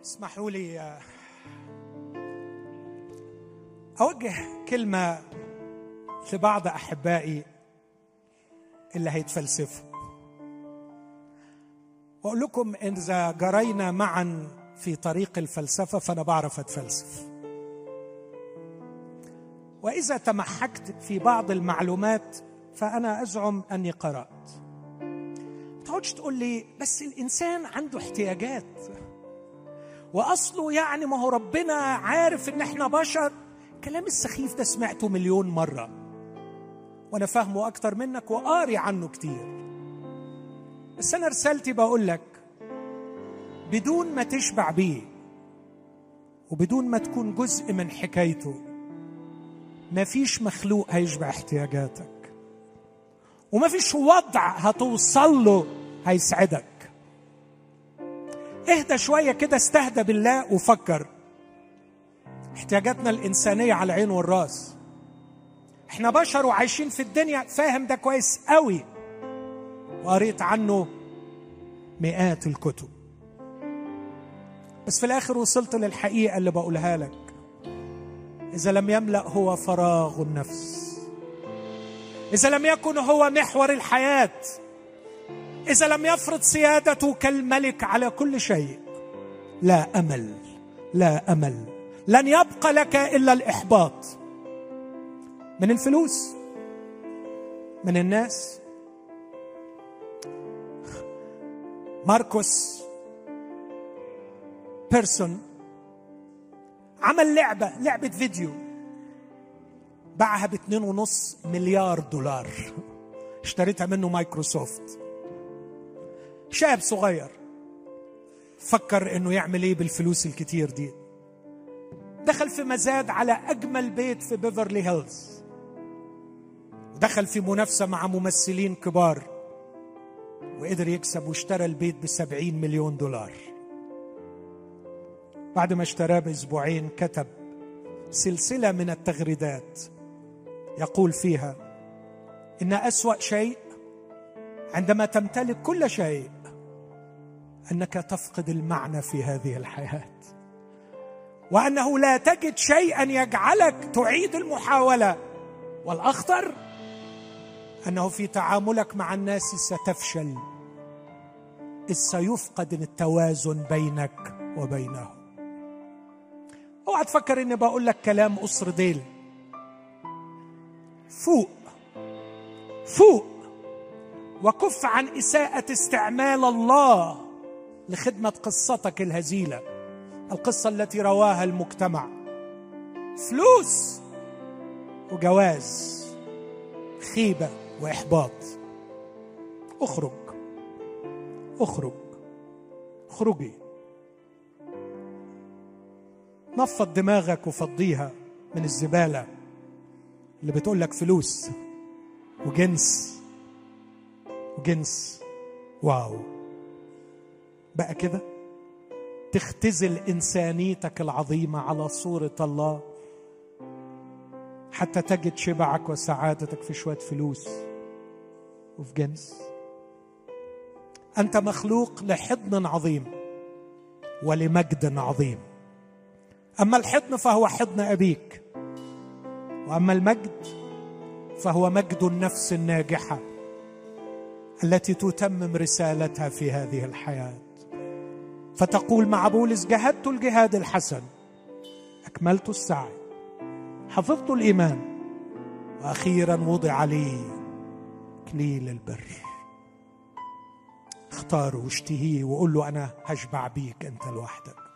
اسمحوا لي أوجه كلمة لبعض أحبائي اللي هيتفلسفوا، وأقول لكم إذا جرينا معا في طريق الفلسفة فأنا بعرف أتفلسف، وإذا تمحكت في بعض المعلومات فأنا أزعم أني قرأت. ما تقعدش تقول لي بس الإنسان عنده احتياجات، وأصله يعني ما هو ربنا عارف إن إحنا بشر. كلام السخيف ده سمعته مليون مرة وأنا فاهمه أكتر منك وقاري عنه كتير، بس أنا رسالتي بقول لك بدون ما تشبع بيه وبدون ما تكون جزء من حكايته ما فيش مخلوق هيشبع احتياجاتك، وما فيش وضع هتوصل له هيسعدك. اهدى شوية كده، استهدى بالله وفكر. احتياجاتنا الإنسانية على العين والراس، احنا بشر وعايشين في الدنيا، فاهم ده كويس قوي وقريت عنه مئات الكتب، بس في الآخر وصلت للحقيقة اللي بقولها لك. إذا لم يملأ هو فراغ النفس، إذا لم يكن هو محور الحياة، إذا لم يفرض سيادته كالملك على كل شيء، لا أمل، لا أمل. لن يبقى لك إلا الإحباط من الفلوس، من الناس. ماركوس بيرسون عمل لعبة لعبة فيديو باعها باتنين ونص مليار دولار، اشتريتها منه مايكروسوفت. شاب صغير فكر انه يعمل ايه بالفلوس الكتير دي، دخل في مزاد على اجمل بيت في بيفرلي هيلز، ودخل في منافسة مع ممثلين كبار وقدر يكسب، واشترى البيت بسبعين مليون دولار. بعد ما اشتراه بأسبوعين كتب سلسلة من التغريدات يقول فيها إن أسوأ شيء عندما تمتلك كل شيء أنك تفقد المعنى في هذه الحياة، وأنه لا تجد شيئا يجعلك تعيد المحاولة، والأخطر أنه في تعاملك مع الناس ستفشل إذ سيفقد التوازن بينك وبينهم. اوعى تفكر اني بقول لك كلام قصر ديل. فوق فوق وكف عن إساءة استعمال الله لخدمة قصتك الهزيلة، القصة التي رواها المجتمع. فلوس وجواز، خيبة وإحباط. اخرج اخرج اخرجي، نفض دماغك وفضيها من الزبالة اللي بتقولك فلوس وجنس وجنس. واو، بقى كده تختزل إنسانيتك العظيمة على صورة الله حتى تجد شبعك وسعادتك في شوية فلوس وفي جنس؟ أنت مخلوق لحضن عظيم ولمجد عظيم. أما الحضن فهو حضن أبيك، وأما المجد فهو مجد النفس الناجحة التي تتمم رسالتها في هذه الحياة، فتقول مع بولس: جاهدت الجهاد الحسن، أكملت السعي، حفظت الإيمان، وأخيرا وضع لي إكليل البر. اختاره واشتهيه وقول له أنا هشبع بيك أنت لوحدك.